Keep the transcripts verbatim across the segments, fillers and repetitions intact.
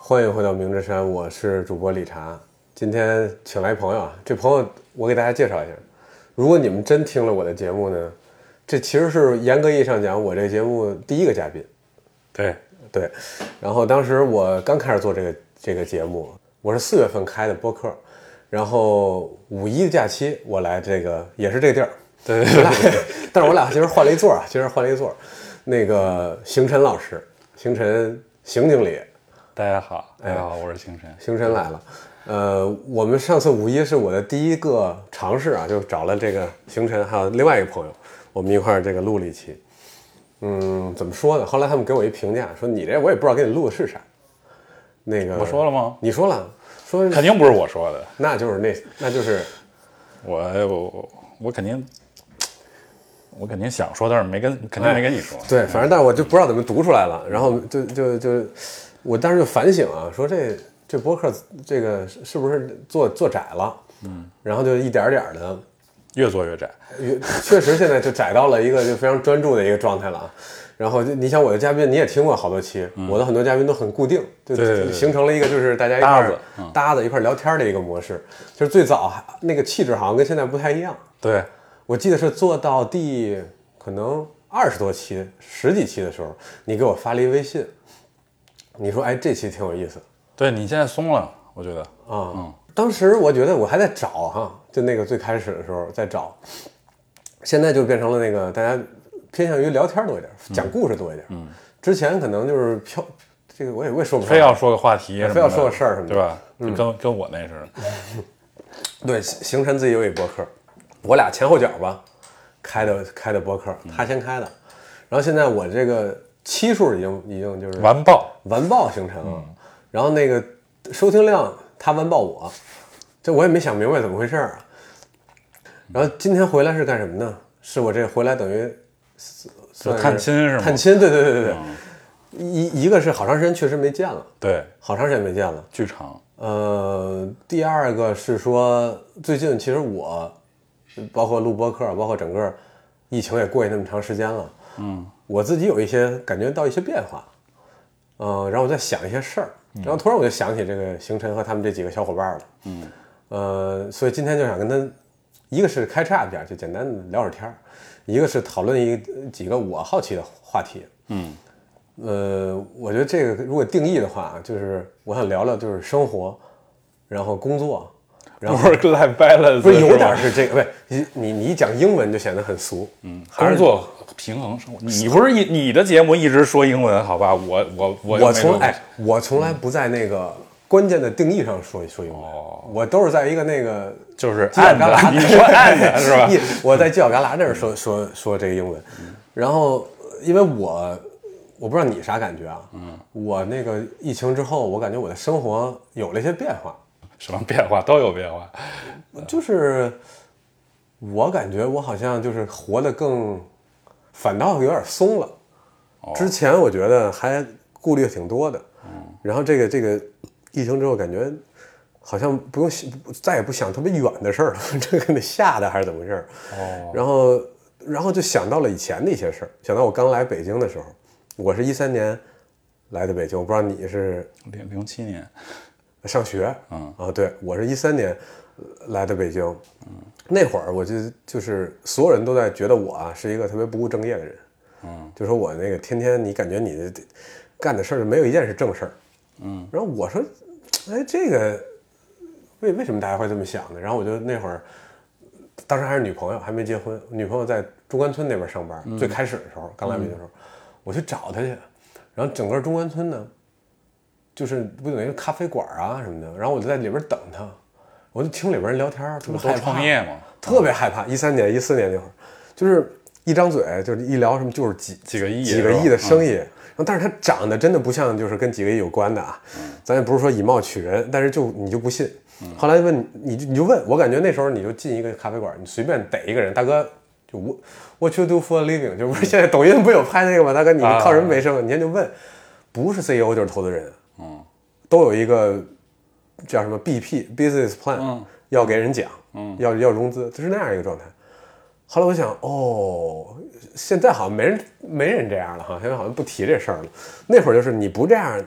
欢迎回到明之山，我是主播理查。今天请来朋友啊，这朋友我给大家介绍一下。如果你们真听了我的节目呢，这其实是严格意义上讲我这节目第一个嘉宾。 对对，然后当时我刚开始做这个这个节目，我是四月份开的播客，然后五一的假期我来这个也是这个地儿。 对对对对， 但是我俩其实换了一座啊，其实换了一座。那个邢晨老师，邢晨邢经理。 大家好，大家好，我是星辰。 星辰来了，呃，我们上次五一是我的第一个尝试啊，就找了这个星辰，还有另外一个朋友，我们一块儿这个录了一期。嗯，怎么说呢？后来他们给我一评价，说你这我也不知道给你录的是啥。那个我说了吗？ 你说了，说肯定不是我说的， 那就是那那就是我我我肯定。我肯定想说，但是没跟，肯定没跟你说。 哎、对，反正但是我就不知道怎么读出来了，然后就就就，我当时就反省啊，说这这播客这个是不是做做窄了？嗯，然后就一点点的越做越窄， 越确实现在就窄到了一个就非常专注的一个状态了啊。然后你想我的嘉宾你也听过好多期，嗯、我的很多嘉宾都很固定，就形成了一个就是大家一块儿搭子一块聊天的一个模式。就是最早那个气质好像跟现在不太一样。 对。 我记得是做到第可能二十多期、十几期的时候，你给我发了一微信，你说：“哎，这期挺有意思。” 对，你现在松了，我觉得啊，嗯，当时我觉得我还在找哈，就那个最开始的时候在找，现在就变成了那个大家偏向于聊天多一点，讲故事多一点。嗯，之前可能就是飘，这个我也我也说不上， 非要说个话题， 非要说个事儿什么的， 对吧？ 嗯， 跟跟我那似的。 对，邢晨自己有一博客。我俩前后脚吧，开的开的博客，他先开的，然后现在我这个期数已经已经就是完爆完爆形成了，嗯、然后那个收听量他完爆我，这我也没想明白怎么回事啊。然后今天回来是干什么呢？是我这回来等于算探亲是吗？ 探亲，对对对对对，嗯、一一个是好长时间确实没见了， 对， 好长时间没见了， 剧场。 呃，第二个是说最近其实我。包括录播客，包括整个疫情也过去那么长时间了，嗯，我自己有一些感觉到一些变化，呃，然后我在想一些事儿，然后突然我就想起这个邢晨和他们这几个小伙伴了，嗯，呃，所以今天就想跟他，一个是开叉一下，就简单的聊会儿天儿，一个是讨论一几个我好奇的话题，嗯，呃，我觉得这个如果定义的话，就是我想聊聊就是生活，然后工作。然后 work-life balance 不是有点是这个，不，你你你一讲英文就显得很俗， 嗯，工作平衡生活。你不是一你的节目一直说英文，好吧？我我我我从哎，我从来不在那个关键的定义上说说英文，哦、我都是在一个那个就是按的，你说按的是吧？ 我在犄角旮旯这儿说说说这个英文，然后因为我我不知道你啥感觉啊，嗯，我那个疫情之后，我感觉我的生活有了一些变化。 什么变化都有变化， 就是我感觉我好像就是活得更，反倒有点松了。哦、之前我觉得还顾虑挺多的，嗯、然后这个这个疫情之后，感觉好像不用再也不想特别远的事儿了，这个那吓的还是怎么回事？哦，然后然后就想到了以前的一些事儿，想到我刚来北京的时候，我是一三年来的北京，我不知道你是零零七年。 上学，嗯啊，对，我是一三年来的北京，嗯，那会儿我就就是所有人都在觉得我啊是一个特别不务正业的人，嗯，就说我那个天天你感觉你干的事儿没有一件是正事儿，嗯，然后我说，哎，这个为为什么大家会这么想呢？然后我就那会儿，当时还是女朋友，还没结婚，女朋友在中关村那边上班，嗯、最开始的时候，刚来北京的时候，嗯、我去找她去，然后整个中关村呢。就是不等于咖啡馆啊什么的，然后我就在里边等他，我就听里边人聊天，特别害怕。 创业嘛， 特别害怕。一三年、一四年那会儿，就是一张嘴就是一聊什么就是几几个亿、 几个亿的生意。嗯、然后但是他长得真的不像就是跟几个亿有关的啊，嗯、咱也不是说以貌取人，但是就你就不信。嗯、后来问你，你就问我，感觉那时候你就进一个咖啡馆，你随便逮一个人，大哥就我 What you do for a living， 就不是现在抖音不有拍那个吗？大哥你靠什么为生？啊、你先就问，不是 C E O 就是投资人。嗯，都有一个叫什么 B P business plan，嗯、要给人讲，嗯，要要融资，就是那样一个状态。后来我想，哦，现在好像没人没人这样了哈，现在好像不提这事儿了。那会儿就是你不这样，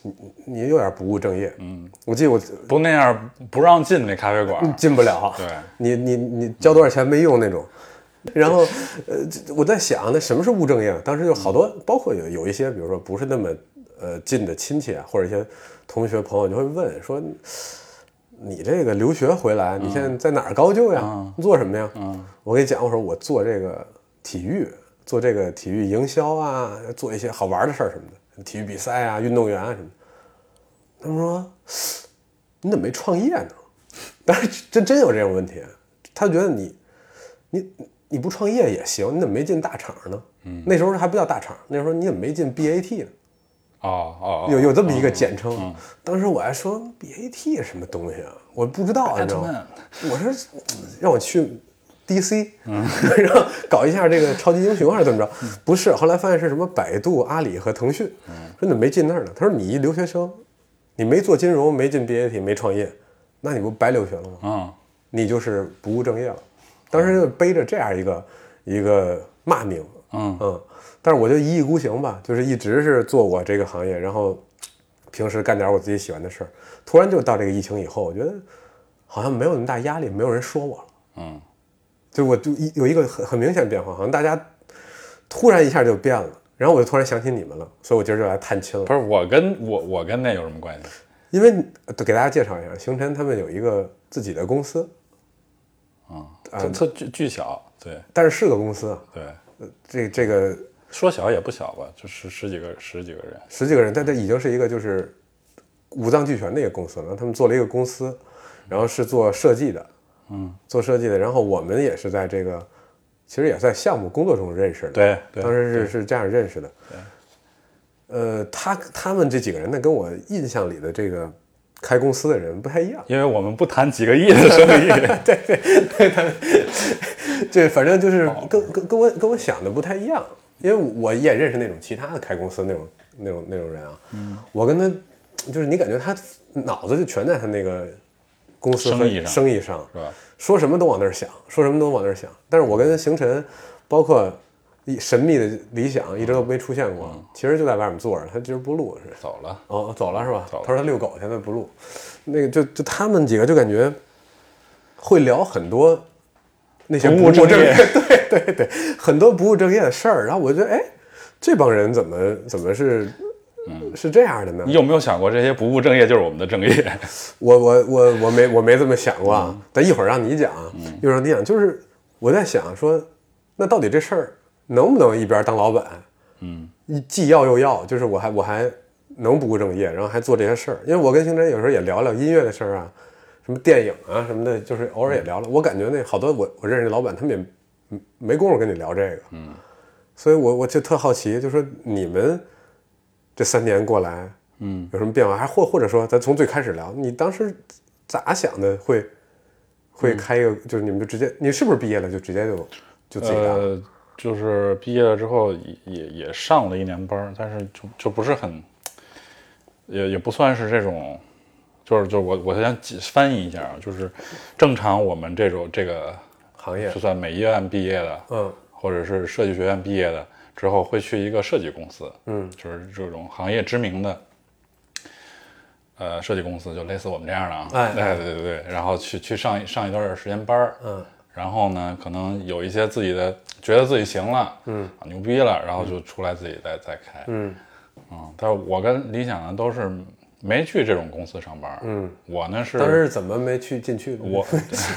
你你有点不务正业。嗯，我记得我不那样不让进那咖啡馆， 进不了。 对， 你你你交多少钱没用那种。然后，呃，我在想，那什么是务正业？当时有好多，包括有有一些，比如说不是那么呃近的亲戚啊，或者一些同学朋友就会问说，你这个留学回来，你现在在哪儿高就呀？ 嗯、 做什么呀？ 嗯， 我给你讲，我说我做这个体育，做这个体育营销啊，做一些好玩的事儿什么的，体育比赛啊，运动员啊什么的。他们说，你怎么没创业呢？但是真真有这种问题，他觉得你，你。你不创业也行，你怎么没进大厂呢？嗯，那时候还不叫大厂，那时候你怎么没进 B A T 呢？ 哦哦， 有有这么一个简称。 嗯嗯、 当时我还说 B A T 是什么东西啊？我不知道，你知道吗？我说让我去 D C，嗯，然后搞一下这个超级英雄还是怎么着？嗯、不是，后来发现是什么百度、阿里和腾讯。嗯，说你怎么没进那儿呢？他说你一留学生，你没做金融，没进 B A T， 没创业，那你不白留学了吗？ 嗯， 你就是不务正业了。当时就背着这样一个一个骂名， 嗯嗯，但是我就一意孤行吧，就是一直是做我这个行业，然后平时干点我自己喜欢的事儿。突然就到这个疫情以后，我觉得好像没有那么大压力，没有人说我了， 嗯， 就我就一有一个很很明显的变化，好像大家突然一下就变了，然后我就突然想起你们了，所以我今儿就来探亲了。 不是我跟我我跟那有什么关系？ 因为给大家介绍一下，星辰他们有一个自己的公司。 啊、嗯，特巨巨小，对， 但是是个公司， 对， 呃、这这个说小也不小吧，就十十几个十几个人， 十几个人，但这已经是一个就是五脏俱全的一个公司了。他们做了一个公司，然后是做设计的， 嗯， 做设计的。然后我们也是在这个，其实也在项目工作中认识的， 对，对当时是是这样认识的。 对， 呃，他他们这几个人呢，跟我印象里的这个。开公司的人不太一样， 因为我们不谈几个亿的生意。 对对对，他们这反正就是跟跟跟我跟我想的不太一样，因为我也认识那种其他的开公司那种那种那种人啊。嗯，我跟他就是你感觉他脑子就全在他那个公司生意上， 生意上是吧？ 说什么都往那儿想，说什么都往那儿想。但是我跟星辰，包括神秘的理想一直都没出现过，嗯、其实就在外面坐着。他今儿不录是走了， 哦，走了是吧？ 走了。 他说他遛狗，现在不录。那个就就他们几个就感觉会聊很多那些不务正业，对对对，很多不务正业的事儿。然后我就觉得，哎，这帮人怎么怎么是嗯是这样的呢？ 你有没有想过，这些不务正业就是我们的正业？ 我我我我没我没这么想过啊。嗯、但一会儿让你讲，嗯、一会儿让你讲，就是我在想说，那到底这事儿。能不能一边当老板， 嗯， 既要又要，就是我还我还能不务正业，然后还做这些事儿。因为我跟星辰有时候也聊聊音乐的事儿啊，什么电影啊什么的，就是偶尔也聊聊。我感觉那好多我我认识的老板，他们也没工夫跟你聊这个， 嗯， 所以我我就特好奇，就说你们这三年过来， 嗯， 有什么变化？还或或者说，咱从最开始聊，你当时咋想的？会会开一个，嗯、就是你们就直接，你是不是毕业了就直接就就自己干了？ 呃就是毕业了之后也也也上了一年班，但是就就不是很，也也不算是这种，就是就我我先翻译一下啊，就是正常我们这种这个行业， 就算美院毕业的， 嗯， 或者是设计学院毕业的之后，会去一个设计公司， 嗯， 就是这种行业知名的，呃，设计公司，就类似我们这样的啊， 哎， 哎，对对对，然后去去上上一段时间班， 嗯。 然后呢，可能有一些自己的觉得自己行了， 嗯， 啊牛逼了，然后就出来自己再再开， 嗯， 嗯，但是我跟理想呢都是没去这种公司上班， 嗯， 我呢是当时怎么没去进去的？ 我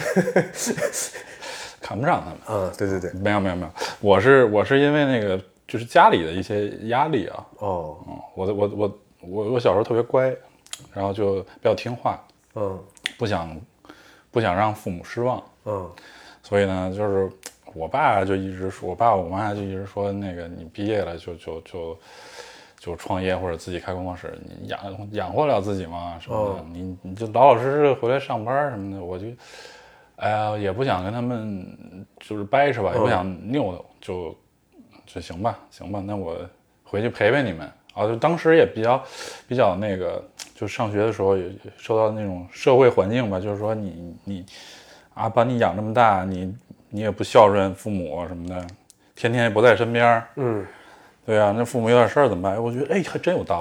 看不上他们啊，对对对， 没有没有没有，我是我是因为那个就是家里的一些压力啊， 哦， 嗯，我的我我我我小时候特别乖，然后就比较听话， 嗯， 不想不想让父母失望， 嗯。 所以呢，就是我爸就一直说，我爸我妈就一直说，那个你毕业了就就就就创业或者自己开工作室，你养养活了自己吗？什么的，哦、你你就老老实实回来上班什么的。我就，哎呀，也不想跟他们就是掰扯吧，也不想拗，就就行吧，行吧，那我回去陪陪你们啊。就当时也比较比较那个，就上学的时候也受到那种社会环境吧，就是说你你。啊，把你养这么大，你你也不孝顺父母什么的，天天也不在身边， 嗯， 对啊，那父母有点事儿怎么办？我觉得哎，还真有道理。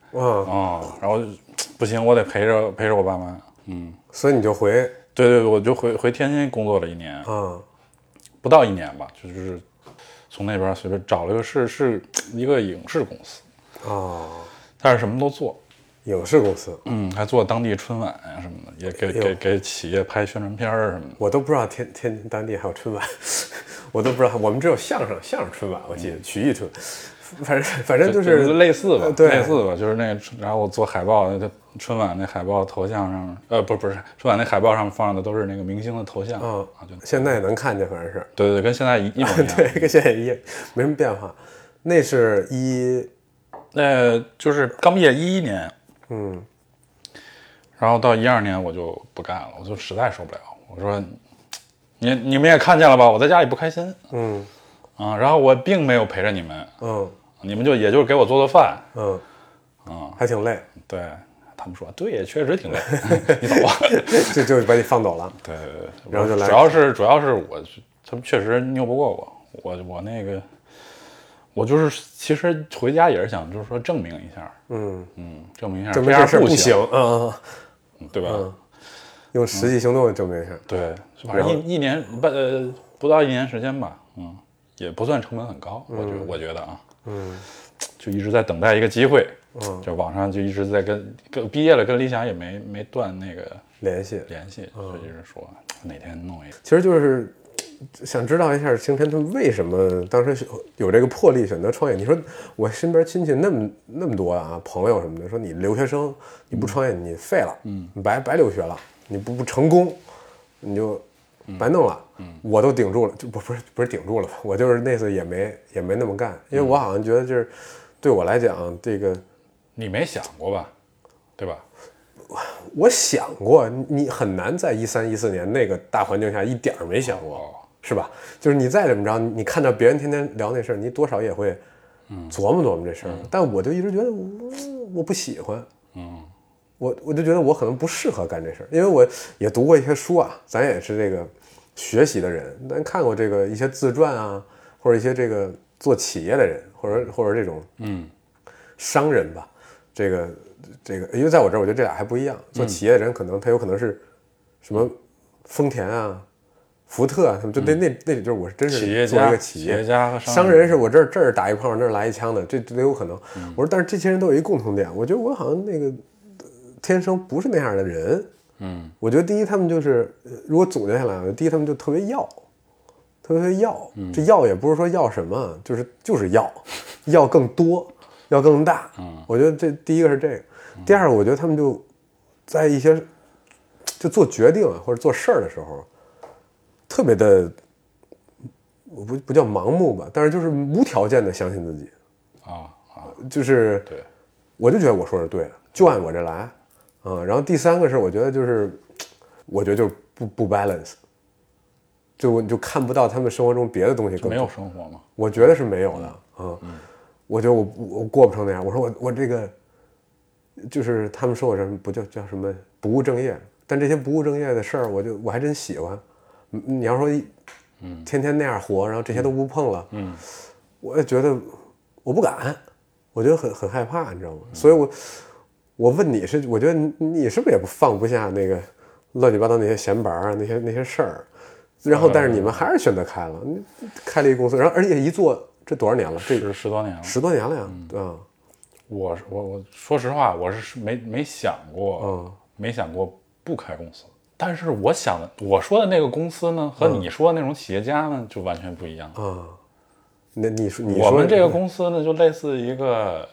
嗯哦，然后不行，我得陪着陪着我爸妈。嗯， 所以你就回， 对对，我就回回天津工作了一年， 嗯不到一年吧，就是从那边随便找了个是是一个影视公司， 哦， 但是什么都做。 影视公司， 嗯，还做当地春晚啊什么的，也给给给企业拍宣传片儿什么的。 我都不知道天天津当地还有春晚，我都不知道，我们只有相声相声春晚，我记得曲艺春，反正反正就是类似吧， 对， 类似吧，就是那个，然后我做海报，那春晚那海报头像上，呃，不不是春晚那海报上放的都是那个明星的头像， 嗯啊，就现在也能看见，反正是， 对对对，跟现在一一模一样， 对，跟现在一样，没什么变化。那是一， 那就是刚毕业一一年， 嗯。 然后到一二年我就不干了，我就实在受不了。我说，你你们也看见了吧，我在家里不开心， 嗯， 啊，然后我并没有陪着你们， 嗯， 你们就也就是给我做做饭， 嗯， 啊， 还挺累。 对他们说，对，也确实挺累，你走吧， 就就把你放走了。 对对对， 然后就来， 主要是主要是我，他们确实拗不过我，我我那个。我就是其实回家也是想，就是说证明一下， 嗯嗯，证明一下， 证明这事不行， 嗯嗯，对吧？ 嗯，用实际行动证明一下。 对，反正一一年不呃不到一年时间吧，嗯，也不算成本很高，我觉得我觉得啊， 嗯， 就一直在等待一个机会， 嗯， 就网上就一直在跟跟毕业了，跟理想也没没断那个联系联系，就一直说哪天弄一个， 其实就是想知道一下青天他们为什么当时有这个魄力选择创业。你说我身边亲戚那么那么多啊，朋友什么的，说你留学生你不创业你废了，嗯，你白白留学了，你不不成功你就白弄了，嗯，我都顶住了，就不不是不是顶住了吧，我就是那次也没也没那么干，因为我好像觉得就是对我来讲这个你没想过吧，对吧？ 我想过，你很难在一三一四年那个大环境下一点儿没想过。 哦， 是吧？就是你再怎么着，你看到别人天天聊那事儿，你多少也会琢磨琢磨这事儿。嗯、但我就一直觉得我我不喜欢， 嗯， 我我就觉得我可能不适合干这事儿，因为我也读过一些书啊，咱也是这个学习的人，咱看过这个一些自传啊，或者一些这个做企业的人，或者或者这种嗯商人吧，这个这个，因为在我这儿，我觉得这俩还不一样。做企业的人可能他有可能是什么丰田啊。福特啊，他们就那那那就是我是真是做一个企业， 企业家和商人是我这儿这儿打一炮，那儿来一枪的，这这都有可能。嗯、我说，但是这些人都有一共同点，我觉得我好像那个天生不是那样的人。 嗯， 我觉得第一，他们就是如果总结下来，第一他们就特别要，特别要。嗯、这要也不是说要什么，就是就是要，要更多，要更大。嗯，我觉得这第一个是这个，第二个我觉得他们就在一些就做决定啊或者做事儿的时候。特别的，我不不叫盲目吧，但是就是无条件的相信自己， 啊啊， 就是对， 我就觉得我说是对的，就按我这来，啊、嗯，然后第三个是我觉得就是，我觉得就是不不 balance， 就我就看不到他们生活中别的东西更没有生活吗？ 我觉得是没有的，嗯，嗯我觉得我我过不成那样，我说我我这个，就是他们说我什么不叫叫什么不务正业，但这些不务正业的事儿，我就我还真喜欢。你要说，嗯，天天那样活，然后这些都不碰了，嗯，我也觉得我不敢，我觉得很很害怕，你知道吗？嗯、所以我我问你是，我觉得你是不是也不放不下那个乱七八糟那些闲白啊，那些那些事儿，然后但是你们还是选择开了，你开了一个公司，然后而且一做这多少年了？这十十多年了， 十多年了呀，对吧、嗯？ 我我我说实话，我是没没想过，嗯，没想过不开公司。但是我想的，我说的那个公司呢，和你说的那种企业家呢，就完全不一样啊、嗯。那你说，你说我们这个公司呢，就类似一个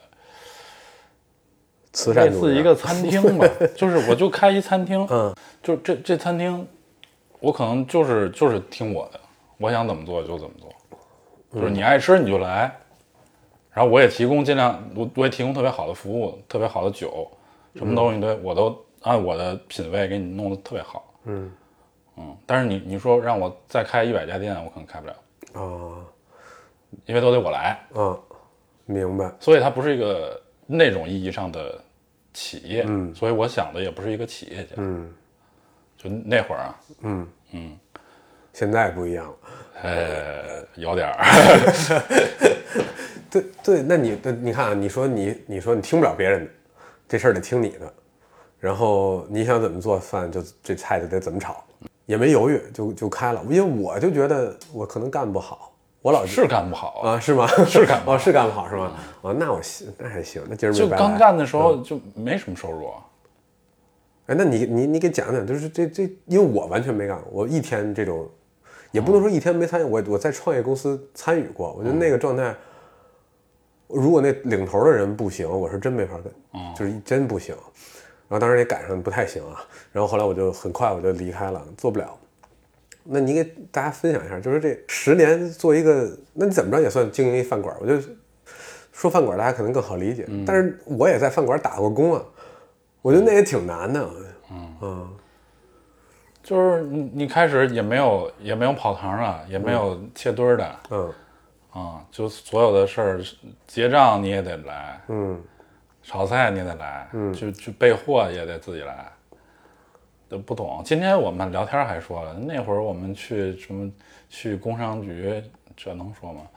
慈善， 类似一个餐厅吧，就是我就开一餐厅， 嗯， 就这这餐厅，我可能就是就是听我的，我想怎么做就怎么做，就是你爱吃你就来，然后我也提供尽量，我我也提供特别好的服务，特别好的酒，什么东西都我都。按我的品味给你弄得特别好， 嗯嗯，但是你你说让我再开一百家店，我可能开不了啊、哦， 因为都得我来啊、哦，明白。 所以它不是一个那种意义上的企业， 嗯， 所以我想的也不是一个企业家， 嗯， 就那会儿啊， 嗯嗯， 现在不一样了， 呃，有点儿， 对对，那你你看啊，你说你你说你听不了别人的。 这事儿得听你的，然后你想怎么做饭，就这菜就得怎么炒，也没犹豫就就开了。因为我就觉得我可能干不好，我老是干不好啊，是吗？ 是干不好哦，是干不好是吗？哦，那我那还行，那今儿就刚干的时候就没什么收入。 哎，那你你你给讲讲，就是这这，因为我完全没干过，我一天这种，也不能说一天没参与，我我在创业公司参与过，我觉得那个状态，如果那领头的人不行，我是真没法干，就是真不行。然后当时也赶上不太行啊，然后后来我就很快我就离开了，做不了。那你给大家分享一下，就是这十年做一个，那你怎么着也算经营一饭馆，我就说饭馆大家可能更好理解，嗯、但是我也在饭馆打过工啊。我觉得那也挺难的，嗯嗯， 就是你你开始也没有也没有跑堂啊，也没有切墩儿的， 嗯啊、嗯，就所有的事儿，结账你也得来， 嗯， 炒菜你也得来，嗯，就去备货也得自己来，都不懂。今天我们聊天还说了，那会儿我们去什么去工商局，这能说吗？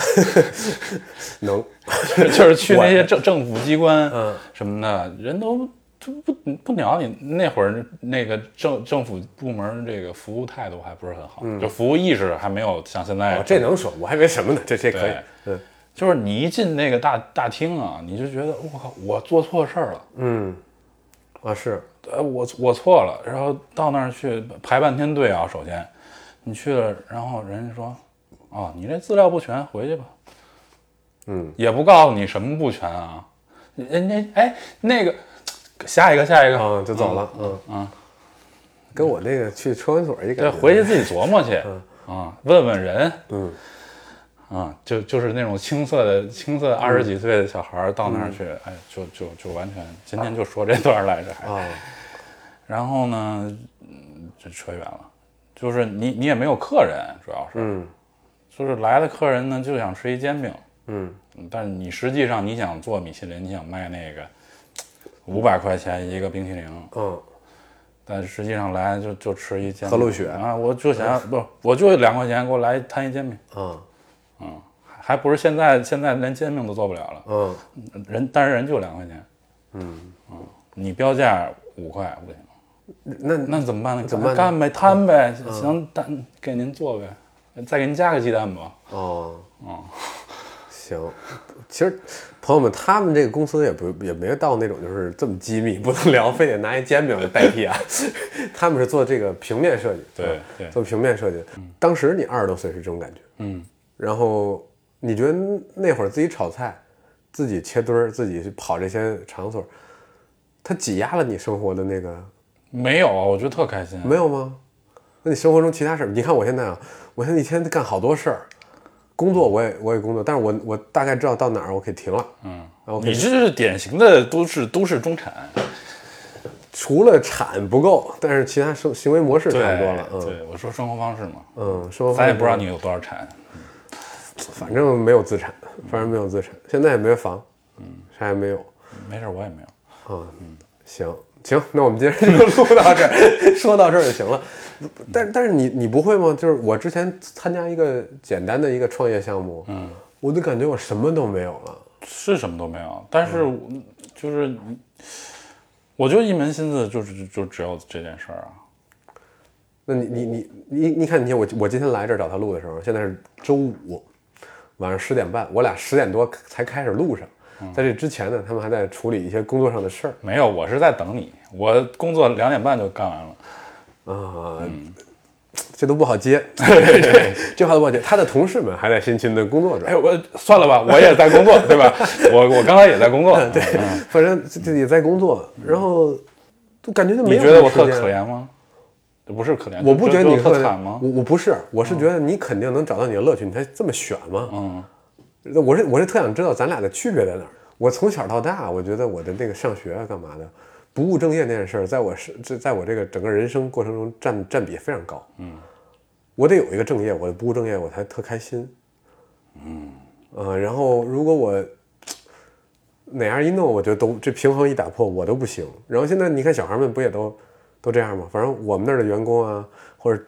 能， 就是去那些政政府机关什么的，人都。就不不鸟你，那会儿那个政政府部门这个服务态度还不是很好，嗯、就服务意识还没有像现在。 哦，这能说？我还以为什么呢？这这可以。 嗯，就是你一进那个大大厅啊，你就觉得我靠，我做错事儿了。 嗯，啊是， 呃，我我错了，然后到那儿去排半天队啊。首先，你去了，然后人家说，哦，你这资料不全，回去吧。 嗯， 也不告诉你什么不全啊。人家哎那个。下一个，下一个啊、嗯，就走了，嗯嗯，嗯跟我那个去车管所一个， 对，回去自己琢磨去， 嗯啊，问问人， 嗯， 啊，就就是那种青涩的青涩二十几岁的小孩到那儿去，嗯、哎，就就就完全，今天就说这段来着，还， 啊， 然后呢，嗯，这扯远了，就是你你也没有客人，主要是， 嗯， 就是来的客人呢就想吃一煎饼， 嗯， 但是你实际上你想做米其林，你想卖那个。五百块钱一个冰淇淋， 嗯， 但实际上来就就吃一煎饼， 喝露雪啊，我就想、嗯、不，我就两块钱给我来一摊一煎饼， 嗯， 嗯，还不是现在现在连煎饼都做不了了， 嗯， 人但是人就两块钱， 嗯嗯，你标价五块不行， 那那怎么办呢？ 怎么办？ 干呗，摊呗， 嗯、 行，单给您做呗，再给您加个鸡蛋吧。 哦， 嗯， 行，其实。朋友们，他们这个公司也不也没到那种就是这么机密不能聊，非得拿一煎饼来代替啊。他们是做这个平面设计， 对对， 做平面设计。嗯、当时你二十多岁是这种感觉， 嗯。 然后你觉得那会儿自己炒菜、自己切墩儿、自己去跑这些场所，它挤压了你生活的那个？ 没有啊，我觉得特开心。 没有吗？那你生活中其他事儿，你看我现在啊，我现在一天干好多事儿。工作我也我也工作，但是我我大概知道到哪儿我可以停了。 嗯， 我你这是典型的都市都市中产， 除了产不够，但是其他生行为模式差不多了。 嗯，对，我说生活方式嘛。 嗯，生活方式。 咱也不知道你有多少产， 嗯、反正没有资产，反正没有资产，现在也没房，嗯，啥也没有。 没事，我也没有。 啊，嗯，行行，那我们今天就录到这儿，说到这儿就行了。但但是你你不会吗？就是我之前参加一个简单的一个创业项目，嗯，我就感觉我什么都没有了， 是什么都没有。但是就是，嗯、我就一门心思就是就只有这件事儿啊。 那你你你你你看，你看我我今天来这儿找他录的时候，现在是周五晚上十点半，我俩十点多才开始录上。在这之前呢，他们还在处理一些工作上的事儿。 没有，我是在等你，我工作两点半就干完了。 啊、嗯，这都不好接，这话都不好接。他的同事们还在辛勤的工作着。 哎，我算了吧，我也在工作，对吧？我我刚才也在工作， 对，嗯、反正这也在工作，然后都感觉就没有。 你觉得我特可怜吗？不是可怜， 我不觉得你特惨吗？ 我我不是，我是觉得你肯定能找到你的乐趣，你才这么选嘛。嗯，我是我是特想知道咱俩的区别在哪儿。我从小到大，我觉得我的那个上学啊，干嘛的。不务正业那件事，在我是在我这个整个人生过程中占占比非常高。嗯，我得有一个正业，我不务正业，我才特开心。嗯，呃，然后如果我哪样一弄，我觉得都这平衡一打破，我都不行。然后现在你看小孩们不也都都这样吗？反正我们那儿的员工啊，或者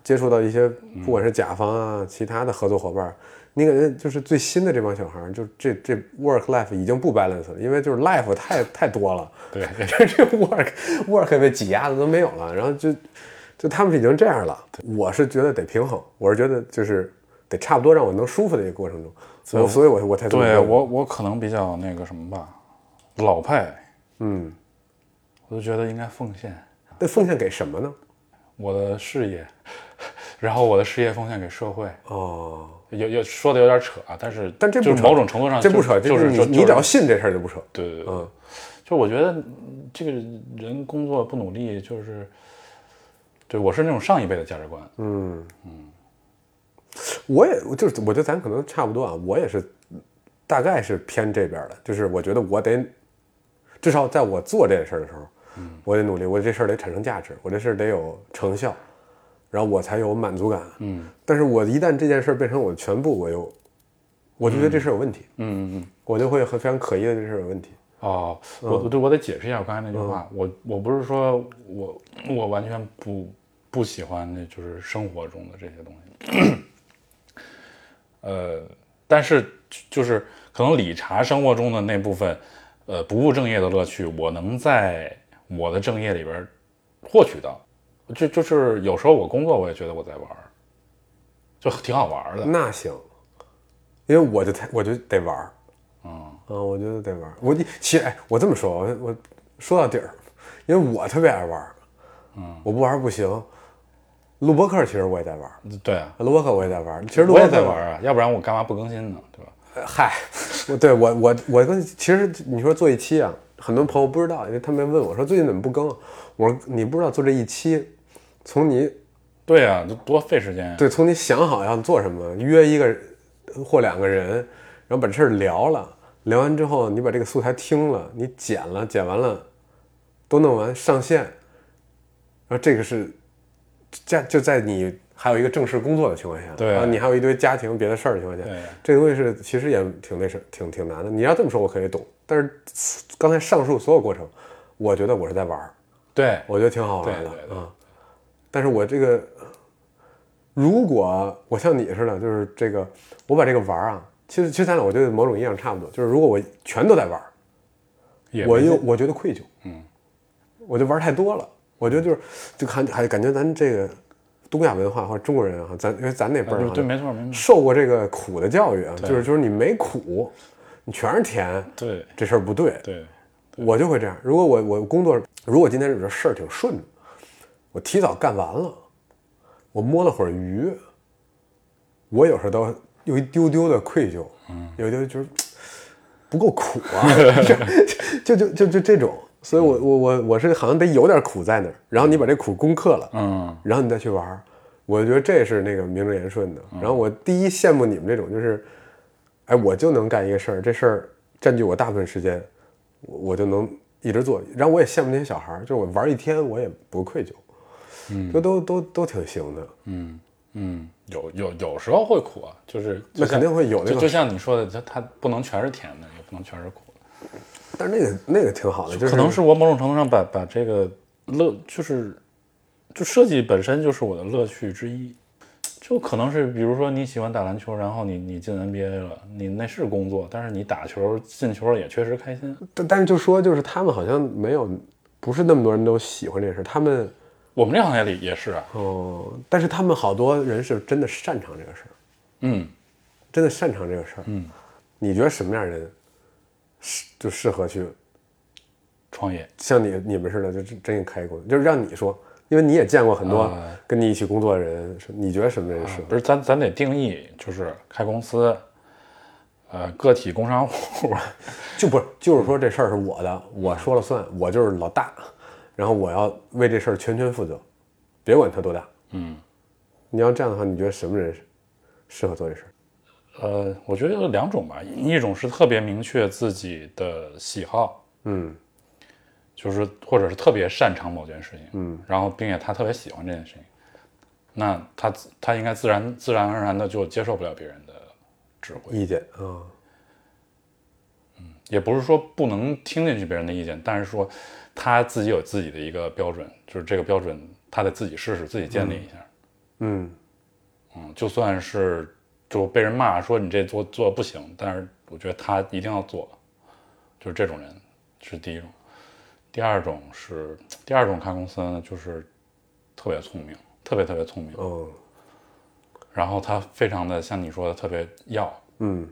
接触到一些不管是甲方啊，其他的合作伙伴，你感觉就是最新的这帮小孩，就这这 work life 已经不 balance 了，因为就是 life 太太多了， 对， 这这 work work 被挤压的都没有了，然后就就他们是已经这样了，我是觉得得平衡，我是觉得就是得差不多让我能舒服的一个过程中，所以所以我我才对我我可能比较那个什么吧，老派， 嗯， 我就觉得应该奉献。 那奉献给什么呢？ 我的事业，然后我的事业奉献给社会。 哦， 有有说的有点扯啊，但是但这不就是某种程度上这不扯， 就是你你只要信这事儿就不扯。 对对对， 嗯， 就我觉得这个人工作不努力，就是对我是那种上一辈的价值观。 嗯嗯，我也就是我觉得咱可能差不多啊，我也是大概是偏这边的，就是我觉得我得至少在我做这件事儿的时候。嗯，我得努力，我这事儿得产生价值，我这事儿得有成效，然后我才有满足感。 嗯， 但是我一旦这件事儿变成我的全部，我又，我就觉得这事儿有问题。 嗯嗯嗯， 我就会很非常可疑的这事儿有问题。 哦，我对我得解释一下我刚才那句话，嗯、我我不是说我我完全不不喜欢那就是生活中的这些东西，呃，但是就是可能理查生活中的那部分。呃，不务正业的乐趣，我能在我的正业里边获取到，就就是有时候我工作，我也觉得我在玩，就挺好玩的。 那行，因为我就我就得玩， 嗯啊，我觉得得玩。我其实哎，我这么说，我我说到底儿，因为我特别爱玩，嗯，我不玩不行。录播课其实我也在玩， 对啊， 录播课我也在玩。其实录我也在玩啊，要不然我干嘛不更新呢？对吧？ 嗨，我对我我我跟其实你说做一期啊，很多朋友不知道，因为他们问我说最近怎么不更啊？我说你不知道做这一期，从你对啊，多费时间啊。 对，从你想好要做什么，约一个或两个人，然后把这事儿聊了，聊完之后你把这个素材听了，你剪了，剪完了都弄完上线，然后这个是在就在你。还有一个正式工作的情况下， 对啊，你还有一堆家庭别的事儿的情况下， 对， 这个东西是其实也挺那什挺挺难的。你要这么说，我可以懂。但是刚才上述所有过程，我觉得我是在玩， 对， 我觉得挺好玩的啊、 嗯。但是我这个，如果我像你似的，就是这个，我把这个玩啊，其实其实咱俩我觉得某种意义上差不多。就是如果我全都在玩，我又我觉得愧疚， 嗯， 我就玩太多了。我觉得就是就看还感觉咱这个。东亚文化或者中国人啊，咱因为咱那辈儿、啊、 对，没错没错， 受过这个苦的教育啊，就是就是你没苦，你全是甜， 对， 这事儿不对， 对， 我就会这样。如果我我工作，如果今天这事儿挺顺的，我提早干完了，我摸了会儿鱼，我有时候都有一丢丢的愧疚，嗯，有一丢就是不够苦啊，就就就就这种。所以我我我我是好像得有点苦在那儿，然后你把这苦攻克了， 嗯， 然后你再去玩，我觉得这是那个名正言顺的。然后我第一羡慕你们这种，就是，哎，我就能干一个事儿，这事儿占据我大部分时间，我我就能一直做。然后我也羡慕那些小孩，就是我玩一天我也不愧疚，嗯，就都都都挺行的， 嗯嗯，有有有时候会苦啊，就是那肯定会有那个， 就就像你说的，它它不能全是甜的，也不能全是苦的。 但是那个那个挺好的，就是可能是我某种程度上把把这个乐，就是就设计本身就是我的乐趣之一，就可能是比如说你喜欢打篮球，然后你你进 N B A 了，你那是工作，但是你打球进球也确实开心。 但但是就说就是他们好像没有，不是那么多人都喜欢这事，他们我们这行业里也是啊， 哦，但是他们好多人是真的擅长这个事儿， 嗯， 真的擅长这个事儿， 嗯， 你觉得什么样的人？就适合去创业， 像你你们似的，就真开一公司，就是让你说，因为你也见过很多跟你一起工作的人，呃、你觉得什么人适合？ 不是，咱咱得定义，就是开公司，呃，个体工商户， 就不是，就是说这事儿是我的，我说了算，我就是老大，然后我要为这事儿全权负责，别管他多大。 嗯， 你要这样的话，你觉得什么人适合做这事儿？ 呃，我觉得有两种吧，一种是特别明确自己的喜好， 嗯， 就是或者是特别擅长某件事情， 嗯， 然后并且他特别喜欢这件事情，那他他应该自然自然而然的就接受不了别人的指挥意见啊，嗯， 嗯，也不是说不能听进去别人的意见，但是说他自己有自己的一个标准，就是这个标准他得自己试试，自己建立一下。 嗯嗯，就算是就被人骂说你这做做不行，但是我觉得他一定要做，就是这种人是第一种。第二种是第二种看公司呢，就是特别聪明，特别特别聪明。 哦， 然后他非常的像你说的特别要， 嗯，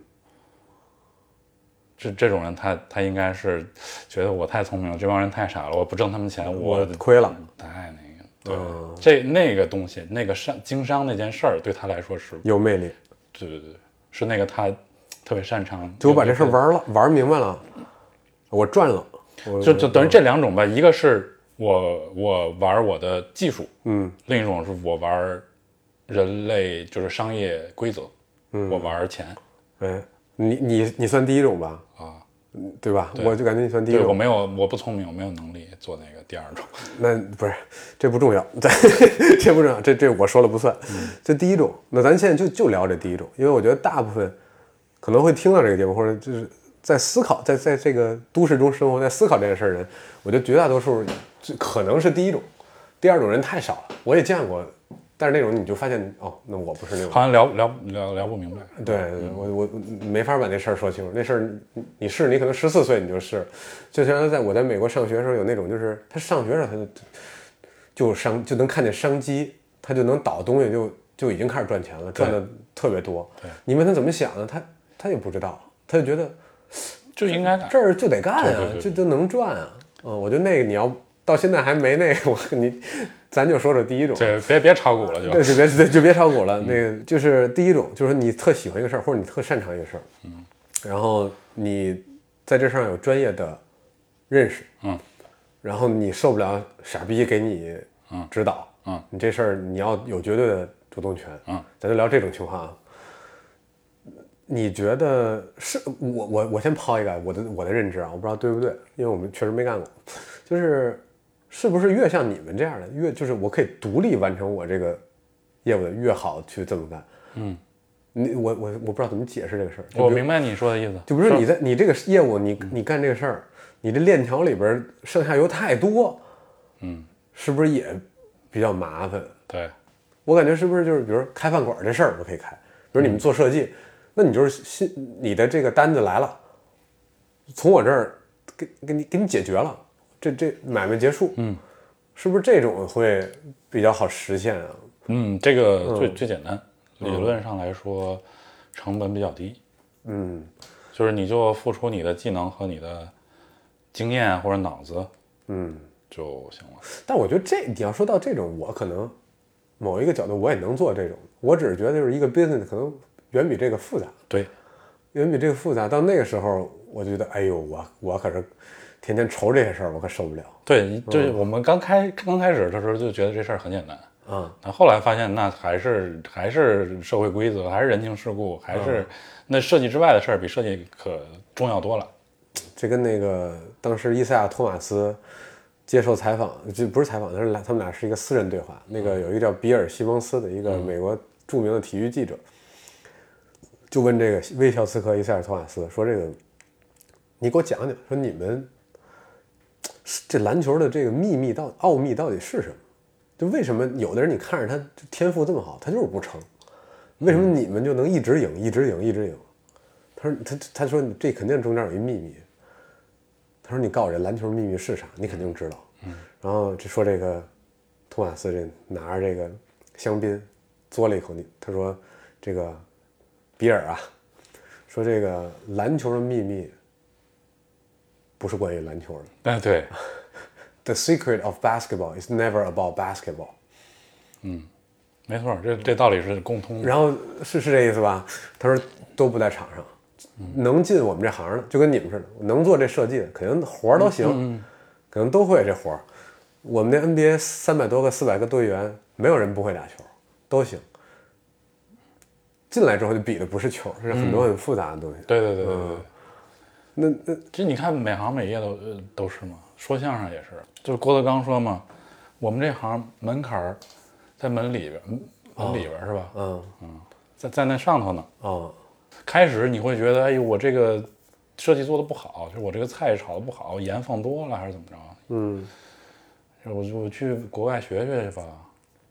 这这种人他他应该是觉得我太聪明了，这帮人太傻了，我不挣他们钱，我亏了， 太那个，对， 嗯、 这那个东西，那个商经商那件事儿对他来说是有魅力。 对对对，是那个他特别擅长。 就我把这事儿玩了，玩明白了，我赚了。 就就等于这两种吧，一个是我我玩我的技术， 嗯， 另一种是我玩人类就是商业规则，嗯，我玩钱。 哎，你你你算第一种吧？ 啊， 对吧？ 对我就感觉你算第一种。 对，我没有，我不聪明，我没有能力做那个第二种。 那不是，这不重要，这不重要，这这我说了不算。嗯、这第一种，那咱现在就就聊这第一种，因为我觉得大部分可能会听到这个节目，或者就是在思考，在在这个都市中生活，在思考这件事的人，我觉得绝大多数可能是第一种，第二种人太少了，我也见过。但是那种你就发现哦，那我不是那种， 好像聊聊聊聊不明白。 对，我我没法把那事儿说清楚。那事儿你是你可能十四岁你就试，就像在我在美国上学的时候有那种，就是他上学的时候他就就商就能看见商机，他就能倒东西就就已经开始赚钱了，赚的特别多。 对， 你问他怎么想的，他他也不知道，他就觉得就应该这儿就得干啊， 对对对这就能赚啊。嗯，我觉得那个你要到现在还没那个，我你。咱就说说第一种， 对，别别炒股了就， 对，就别对，就别炒股了。嗯、那个就是第一种，就是你特喜欢一个事儿，或者你特擅长一个事儿， 嗯， 然后你在这上有专业的认识， 嗯， 然后你受不了傻逼给你指导， 嗯， 你这事儿你要有绝对的主动权， 嗯， 咱就聊这种情况啊。你觉得是我我我先抛一个我的我的认知啊，我不知道对不对，因为我们确实没干过，就是。是不是越像你们这样的，越就是我可以独立完成我这个业务的，越好去这么干？ 嗯， 你我我我不知道怎么解释这个事儿。 我明白你说的意思。 就比如说你在你这个业务，你你干这个事儿，你这链条里边上下游太多， 嗯， 是不是也比较麻烦？ 对， 我感觉是不是就是比如开饭馆这事儿我可以开，比如你们做设计，嗯、那你就是新你的这个单子来了，从我这儿给给你给你解决了。这这买卖结束， 嗯， 是不是这种会比较好实现啊？ 嗯，这个最、嗯、最简单，理论上来说，嗯、成本比较低， 嗯， 就是你就付出你的技能和你的经验或者脑子， 嗯， 就行了。 但我觉得这你要说到这种，我可能某一个角度我也能做这种，我只是觉得就是一个 business 可能远比这个复杂， 对， 远比这个复杂。到那个时候，我觉得，哎呦，我我可是。天天愁这些事儿，我可受不了。 对，就是我们刚开、嗯、刚开始的时候就觉得这事儿很简单， 嗯， 但后来发现那还是还是社会规则，还是人情世故，还是、嗯、那设计之外的事儿比设计可重要多了。 这跟那个当时伊赛亚·托马斯接受采访，就不是采访，但是他们俩是一个私人对话。那个有一个叫比尔·西蒙斯的一个美国著名的体育记者，嗯、就问这个微笑刺客伊赛亚·托马斯说：“这个，你给我讲讲，说你们。”这篮球的这个秘密到奥秘到底是什么？就为什么有的人你看着他天赋这么好，他就是不成？为什么你们就能一直赢，一直赢，一直赢？他说他他说这肯定中间有一秘密。他说你告诉我这篮球秘密是啥？你肯定知道。嗯。然后就说这个托马斯这拿着这个香槟嘬了一口，你他说这个比尔啊，说这个篮球的秘密。不是关于篮球的， 哎，对 ，The secret of basketball is never about basketball。 嗯，没错，这这道理是共通的。 然后是是这意思吧？他说都不在场上，嗯、能进我们这行的，就跟你们似的，能做这设计的，肯定活儿都行， 嗯嗯、 可能都会这活儿。我们那 N B A 三百多个、四百个队员，没有人不会打球，都行。进来之后就比的不是球，是很多很复杂的东西。 嗯、对对对对对。嗯那那其实你看每行每业都都是嘛，说相声也是，就是郭德纲说嘛，我们这行门槛在门里边，门里边、哦、是吧？ 嗯嗯，在在那上头呢。 哦， 开始你会觉得，哎呦，我这个设计做的不好，就是我这个菜炒的不好，盐放多了还是怎么着？ 嗯， 我我去国外学学去吧。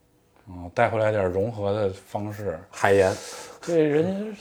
嗯，带回来点融合的方式， 海盐， 对人家，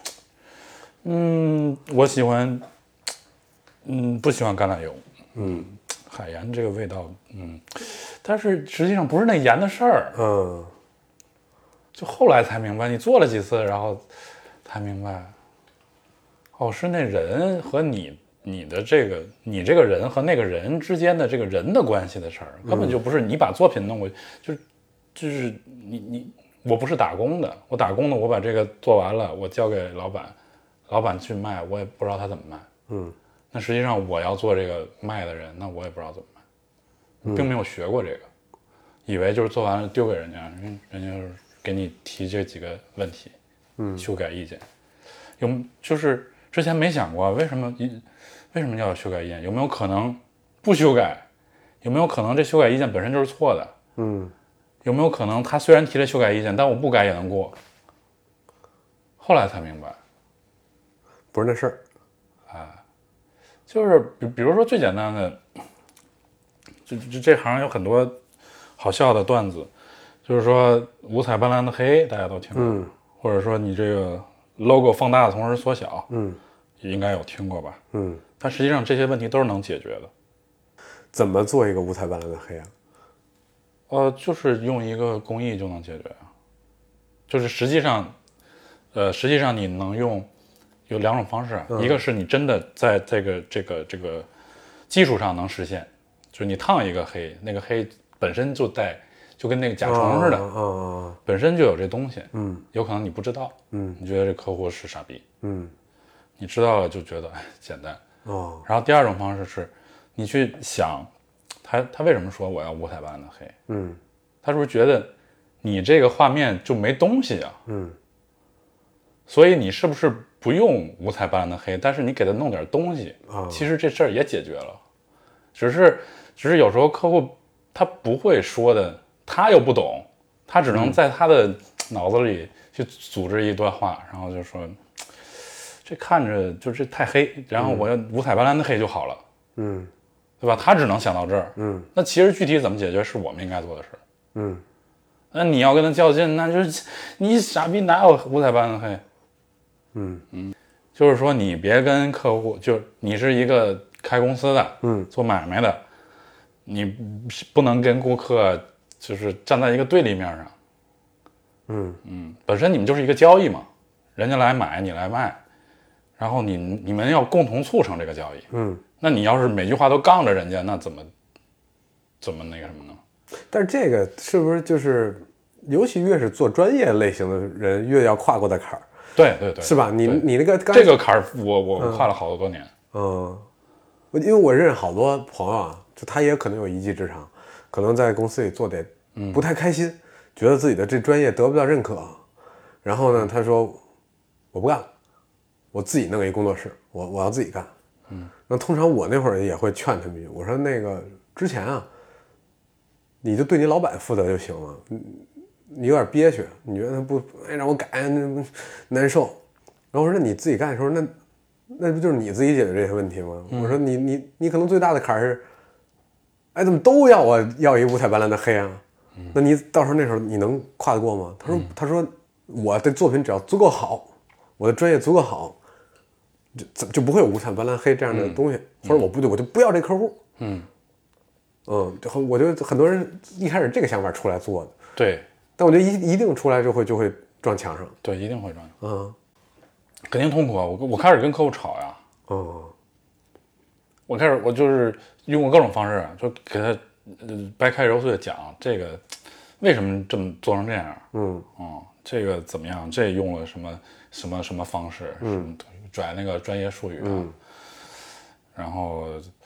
嗯，我喜欢，嗯，不喜欢橄榄油， 嗯， 海盐这个味道，嗯，但是实际上不是那盐的事儿， 嗯， 就后来才明白，你做了几次，然后才明白，哦，是那人和你。你的这个，你这个人和那个人之间的这个人的关系的事儿，根本就不是你把作品弄过去，就是就是你你我不是打工的，我打工的我把这个做完了，我交给老板，老板去卖，我也不知道他怎么卖， 嗯， 那实际上我要做这个卖的人，那我也不知道怎么卖，并没有学过这个，以为就是做完了丢给人家，人人家就是给你提这几个问题，嗯，修改意见，有就是之前没想过为什么一。为什么要修改意见？有没有可能不修改？有没有可能这修改意见本身就是错的？ 嗯， 有没有可能他虽然提了修改意见，但我不改也能过？后来才明白， 不是那事儿。 啊，就是比比如说最简单的，就就这行有很多好笑的段子，就是说五彩斑斓的黑，大家都听过， 嗯， 或者说你这个 logo 放大的同时缩小， 嗯， 应该有听过吧？ 嗯。 但实际上这些问题都是能解决的。 怎么做一个五彩斑斓的黑啊？ 呃，就是用一个工艺就能解决啊。就是实际上，呃，实际上你能用有两种方式啊， 嗯、 一个是你真的在这个这个这个技术上能实现，就是你烫一个黑，那个黑本身就带就跟那个甲虫似的， 嗯嗯嗯、 本身就有这东西， 嗯， 有可能你不知道， 嗯， 你觉得这客户是傻逼， 嗯， 你知道了就觉得哎简单。 哦， 然后第二种方式是，你去想，他他为什么说我要五彩斑斓的黑？ 嗯， 他是不是觉得你这个画面就没东西啊？ 嗯， 所以你是不是不用五彩斑斓的黑，但是你给他弄点东西， 哦、 其实这事儿也解决了，只是只是有时候客户他不会说的，他又不懂，他只能在他的脑子里去组织一段话，然后就说。这看着就是太黑，然后我要五彩斑斓的黑就好了， 嗯， 对吧？他只能想到这儿， 嗯， 那其实具体怎么解决是我们应该做的事， 嗯， 那你要跟他较劲，那就是你傻逼哪有五彩斑斓的黑？ 嗯嗯，就是说你别跟客户，就你是一个开公司的， 嗯， 做买卖的，你不能跟顾客就是站在一个对立面上， 嗯嗯，本身你们就是一个交易嘛，人家来买你来卖。然后你你们要共同促成这个交易， 嗯， 那你要是每句话都杠着人家，那怎么怎么那个什么呢？ 但是这个是不是就是，尤其越是做专业类型的人，越要跨过的坎儿？ 对对对， 是吧？你你那个这个坎儿，我我跨了好多年。 嗯，我因为我认识好多朋友啊，就他也可能有一技之长，可能在公司里做得不太开心，嗯、觉得自己的这专业得不到认可，然后呢，他说我不干了。我自己弄一工作室，我我要自己干。嗯，那通常我那会儿也会劝他们，我说那个之前啊，你就对你老板负责就行了。你有点憋屈，你觉得他不哎让我改，那难受。然后我说那你自己干的时候，那那不就是你自己解决这些问题吗？嗯、我说你你你可能最大的坎是，哎怎么都要我要一五彩斑斓的黑啊？嗯、那你到时候那时候你能跨得过吗？他说、嗯、他说我的作品只要足够好，我的专业足够好。就就不会有五彩斑斓黑这样的东西，嗯、或者我不对，我就不要这客户。嗯嗯，我觉得很多人一开始这个想法出来做的， 对， 但我觉得一一定出来就会就会撞墙上。 对，一定会撞墙。 嗯， 肯定痛苦啊！我我开始跟客户吵呀。 哦、嗯， 我开始我就是用过各种方式，就给他呃掰开揉碎的讲这个为什么这么做成这样。嗯嗯，这个怎么样？这用了什么什么什么方式？嗯。拽那个专业术语啊，嗯、然后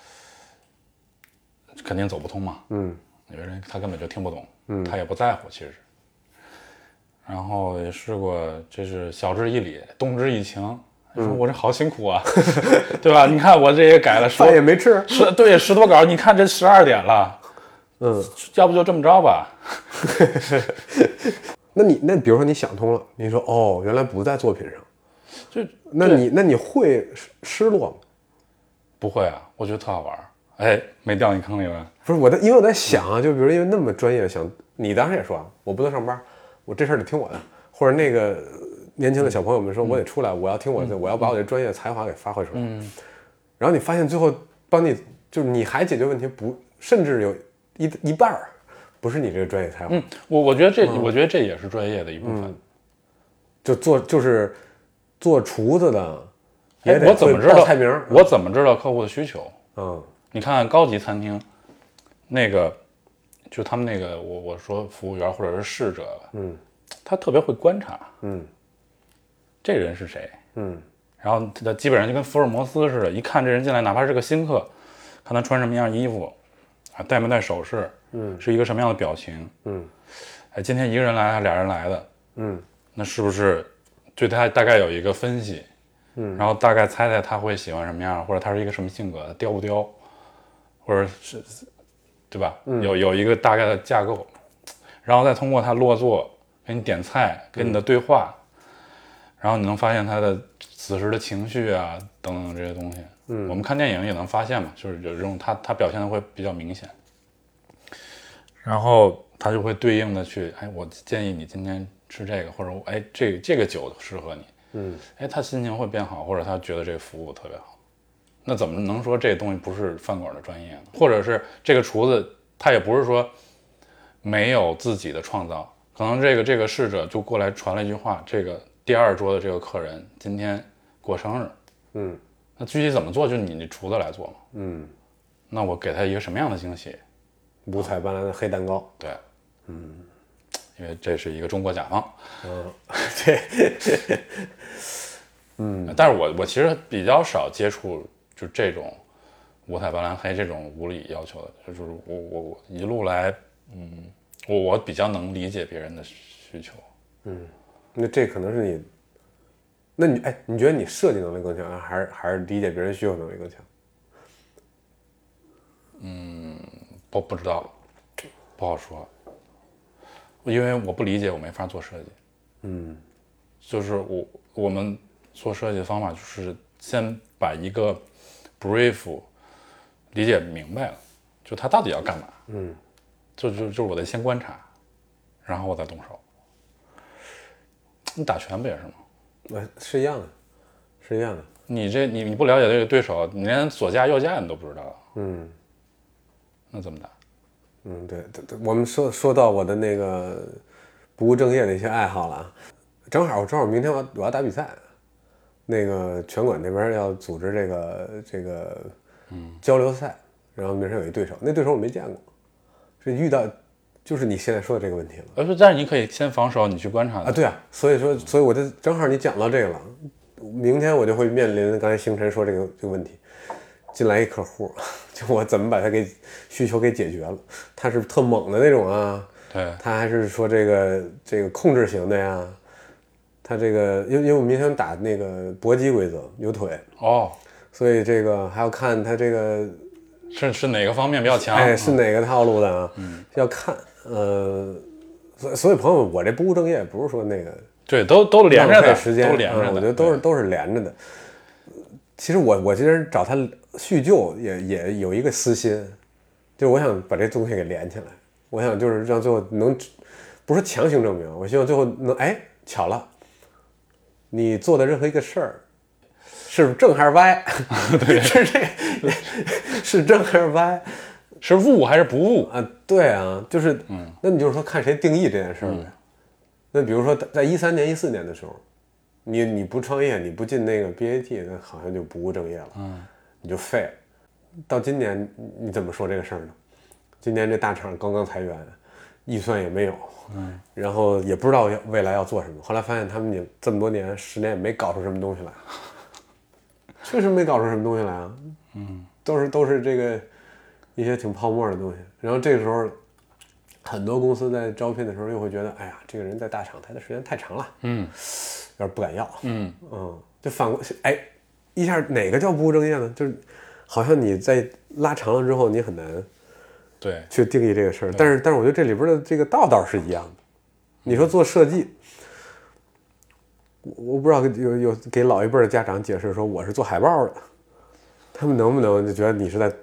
肯定走不通嘛。嗯，有人他根本就听不懂，嗯，他也不在乎其实。然后也试过，这是晓之以理，动之以情。说我这好辛苦啊，嗯、对吧？你看我这也改了， 饭也没吃， 十对十多稿，你看这十二点了，嗯，要不就这么着吧。 那你那比如说你想通了，你说哦，原来不在作品上。 就那你那你会失落吗？ 不会啊，我觉得特好玩。 哎，没掉你坑里吧？ 不是我在，因为我在想啊，就比如因为那么专业，想你当时也说，我不能上班，我这事儿得听我的，或者那个年轻的小朋友们说，我得出来，我要听我的，我要把我的专业才华给发挥出来。 嗯， 然后你发现最后帮你，就是你还解决问题不，甚至有一一半儿不是你这个专业才华。 嗯，我我觉得这，我觉得这也是专业的一部分。 嗯、就做就是做厨子的， 哎，我怎么知道菜名？ 我怎么知道客户的需求？ 嗯。 你看高级餐厅，那个就他们那个我我说服务员或者是侍者， 嗯， 他特别会观察， 嗯， 这人是谁， 嗯， 然后他基本上就跟福尔摩斯似的，一看这人进来，哪怕是个新客，看他穿什么样衣服，啊，戴没戴首饰， 嗯， 是一个什么样的表情， 嗯， 哎，今天一个人来还是俩人来的， 嗯， 那是不是对他大概有一个分析，嗯，然后大概猜猜他会喜欢什么样，或者他是一个什么性格，刁不刁？或者是，对吧？嗯、有有一个大概的架构，然后再通过他落座给你点菜，跟你的对话，嗯、然后你能发现他的此时的情绪啊等等这些东西。嗯，我们看电影也能发现嘛，就是有这种他他表现的会比较明显，然后他就会对应的去，哎，我建议你今天吃这个，或者哎这这个酒适合你，嗯，哎他心情会变好，或者他觉得这个服务特别好。那怎么能说这东西不是饭馆的专业呢？或者是这个厨子他也不是说没有自己的创造，可能这个这个侍者就过来传了一句话，这个第二桌的这个客人今天过生日， 嗯， 那具体怎么做就你这厨子来做嘛， 嗯， 那我给他一个什么样的惊喜？ 五彩斑斓的黑蛋糕， 对，嗯，因为这是一个中国甲方， 嗯，对， 嗯，但是我我其实比较少接触。就这种五彩斑斓黑这种无理要求的，就是我我我一路来，嗯，我我比较能理解别人的需求， 嗯，那这可能是你，那你哎，你觉得你设计能力更强，还是还是理解别人需求能力更强？ 嗯，不不知道，不好说，因为我不理解，我没法做设计， 嗯， 就是我我们做设计的方法就是先把一个brief 理解明白了，就他到底要干嘛， 嗯， 就就就我得先观察，然后我再动手。你打拳不也是吗？ 呃，是一样的，是一样的。 你这你你不了解这个对手，你连左架右架你都不知道， 嗯， 那怎么打？ 嗯，对对对，我们说说到我的那个不务正业的一些爱好了，正好正好明天我我要打比赛。那个拳馆那边要组织这个这个交流赛，然后明天有一对手，那对手我没见过，是遇到就是你现在说的这个问题了。 呃，但是你可以先防守，你去观察啊，对啊，所以说，所以我就正好你讲到这个了，明天我就会面临刚才星辰说这个这个问题，进来一客户，就我怎么把他给需求给解决了？他是特猛的那种啊， 对， 他还是说这个这个控制型的呀？他这个，因为因为我明天打那个搏击规则，有腿哦， 所以这个还要看他这个是是哪个方面比较强？ 哎，是哪个套路的啊？嗯，要看，呃，所以所以朋友们，我这不务正业不是说那个对，都都连着的， 时间都连着的、 嗯，我觉得都是都是连着的。其实我我今天找他叙旧也也有一个私心，就是我想把这东西给连起来，我想就是让最后能，不是强行证明，我希望最后能，哎，巧了。你做的任何一个事儿，是正还是歪？对，是这个，是正还是歪？ 是误还是不误啊？对啊，就是，嗯，那你就是说看谁定义这件事儿呗。嗯、那比如说，在一三年、一四年的时候，你你不创业，你不进那个 B A T， 那好像就不务正业了，嗯，你就废了。到今年，你怎么说这个事儿呢？今年这大厂刚刚裁员，预算也没有。嗯，然后也不知道未来要做什么，后来发现他们也这么多年十年也没搞出什么东西来，确实没搞出什么东西来啊，嗯，都是都是这个一些挺泡沫的东西。然后这个时候，很多公司在招聘的时候又会觉得，哎呀，这个人在大厂待的时间太长了，嗯，有点不敢要，嗯嗯，就反过哎，一下哪个叫不务正业呢？就是好像你在拉长了之后，你很难。 对， 去定义这个事儿，但是但是我觉得这里边的这个道道是一样的。你说做设计，我不知道有有给老一辈的家长解释说我是做海报的，他们能不能就觉得你是在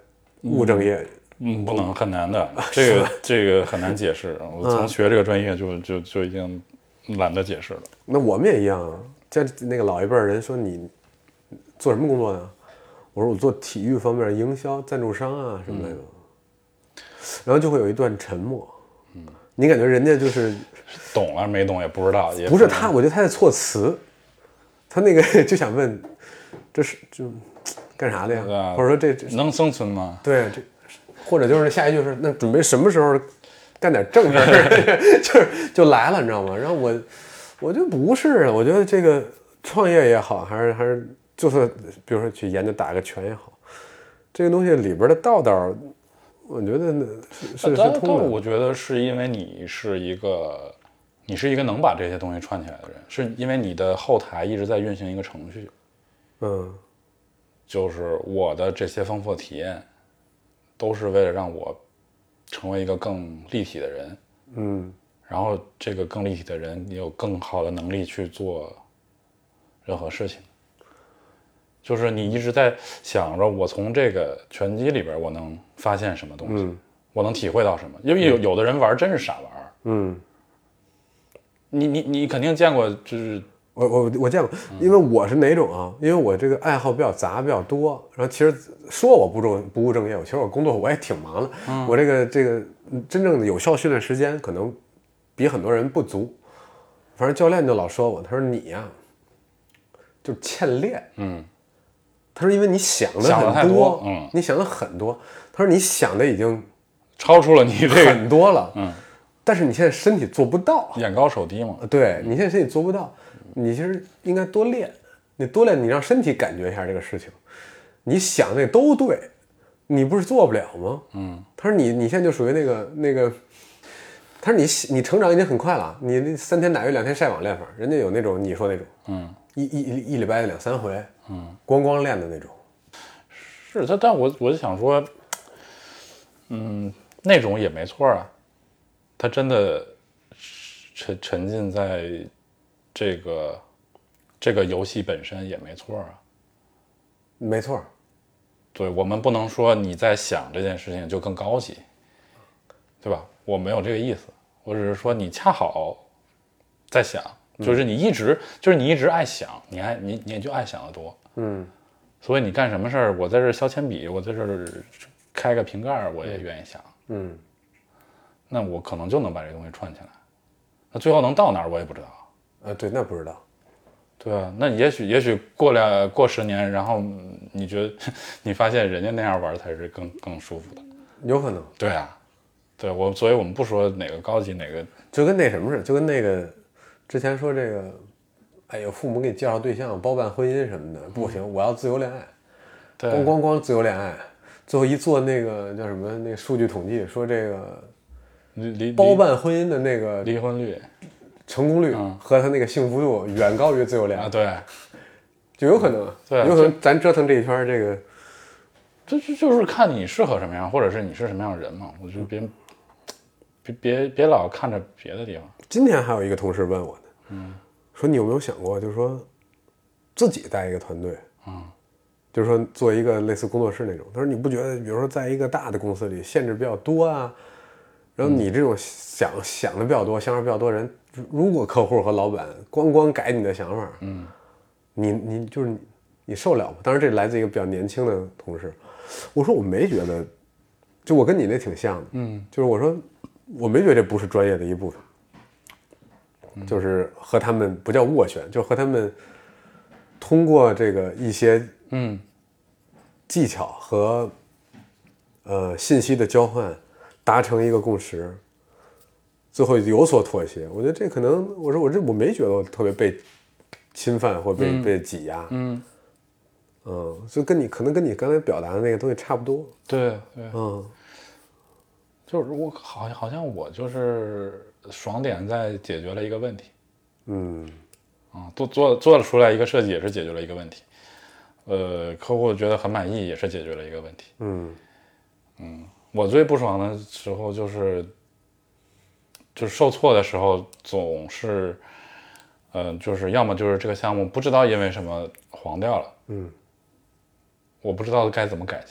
不务正业。 嗯，不能，很难的，这个这个很难解释。我从学这个专业就就就已经懒得解释了。 那我们也一样啊，在那个老一辈人说你做什么工作呢？我说我做体育方面营销、赞助商啊什么的。嗯、然后就会有一段沉默。嗯，你感觉人家就是懂了没懂也不知道，也不是他，我觉得他在措辞，他那个就想问，这是就干啥的呀？ 啊、 或者说这这能生存吗？ 对，这或者就是下一句是那准备什么时候干点正事儿，就是就来了，你知道吗？然后我我觉得不是，我觉得这个创业也好，还是还是就是比如说去研究打个拳也好，这个东西里边的道道。我觉得是是是通的。 我觉得是因为你是一个，你是一个能把这些东西串起来的人，是因为你的后台一直在运行一个程序。 嗯， 就是我的这些丰富的体验，都是为了让我成为一个更立体的人。 嗯， 然后这个更立体的人，你有更好的能力去做任何事情。就是你一直在想着我从这个拳击里边我能发现什么东西，嗯、我能体会到什么，因为有有的人玩真是傻玩， 嗯， 你你你肯定见过，就是我我我见过，因为我是哪种啊？因为我这个爱好比较杂比较多，然后其实说我不正不务正业，其实我工作我也挺忙的，嗯、我这个这个真正的有效训练时间可能比很多人不足，反正教练就老说我，他说你呀、啊、就欠练， 嗯。 他说：“因为你想的很多，多嗯，你想的很多。他说你想的已经超出了你这个很多了， 嗯， 但是你现在身体做不到， 眼高手低嘛。 对，你现在身体做不到，你其实应该多练，你多练，你让身体感觉一下这个事情。你想那都对，你不是做不了吗？ 嗯， 他说你你现在就属于那个那个，他说你你成长已经很快了，你那三天打鱼两天晒网练法，人家有那种你说那种， 嗯， 一一一礼拜两三回。” 嗯， 光光练的那种， 是他，但我我就想说，嗯，那种也没错啊，他真的沉沉浸在这个这个游戏本身也没错啊， 没错， 对，我们不能说你在想这件事情就更高级，对吧？我没有这个意思，我只是说你恰好在想。就是你一直，嗯、就是你一直爱想，你爱你你也就爱想得多， 嗯， 所以你干什么事儿，我在这削铅笔，我在这儿开个瓶盖，我也愿意想， 嗯， 那我可能就能把这东西串起来，那最后能到哪儿我也不知道， 啊，对，那不知道， 对啊，那也许也许过了过十年，然后你觉得你发现人家那样玩才是更更舒服的， 有可能， 对啊，对我，所以我们不说哪个高级哪个， 就跟那什么似的，就跟那个。之前说这个，哎呦，父母给你介绍对象，包办婚姻什么的，不行，我要自由恋爱，咣咣咣自由恋爱，最后一做那个叫什么那个数据统计，说这个包办婚姻的那个离婚率、 成功率和他那个幸福度远高于自由恋爱， 啊，对， 就有可能， 对， 有可能咱折腾这一圈，这个， 这就就是看你适合什么样，或者是你是什么样的人嘛，我就别别别别老看着别的地方。 今天还有一个同事问我呢， 嗯， 说你有没有想过，就是说自己带一个团队， 嗯， 就是说做一个类似工作室那种。他说你不觉得，比如说在一个大的公司里限制比较多啊，然后你这种想、嗯、想的比较多，想法比较多人，如果客户和老板光光改你的想法， 嗯， 你你就是你你受了吗？当然这来自一个比较年轻的同事，我说我没觉得，就我跟你那挺像的， 嗯， 就是我说我没觉得这不是专业的一部分。就是和他们不叫斡旋，就和他们通过这个一些嗯技巧和呃信息的交换，达成一个共识，最后有所妥协。我觉得这可能，我说我这我没觉得我特别被侵犯或被、嗯、被挤压， 嗯嗯，就跟你可能跟你刚才表达的那个东西差不多。 对对， 嗯， 就是我好像好像我就是爽点在解决了一个问题， 嗯， 啊，做做做了出来一个设计也是解决了一个问题，呃，客户觉得很满意也是解决了一个问题， 嗯嗯，我最不爽的时候就是就是受挫的时候总是，呃，就是要么就是这个项目不知道因为什么黄掉了， 嗯， 我不知道该怎么改进，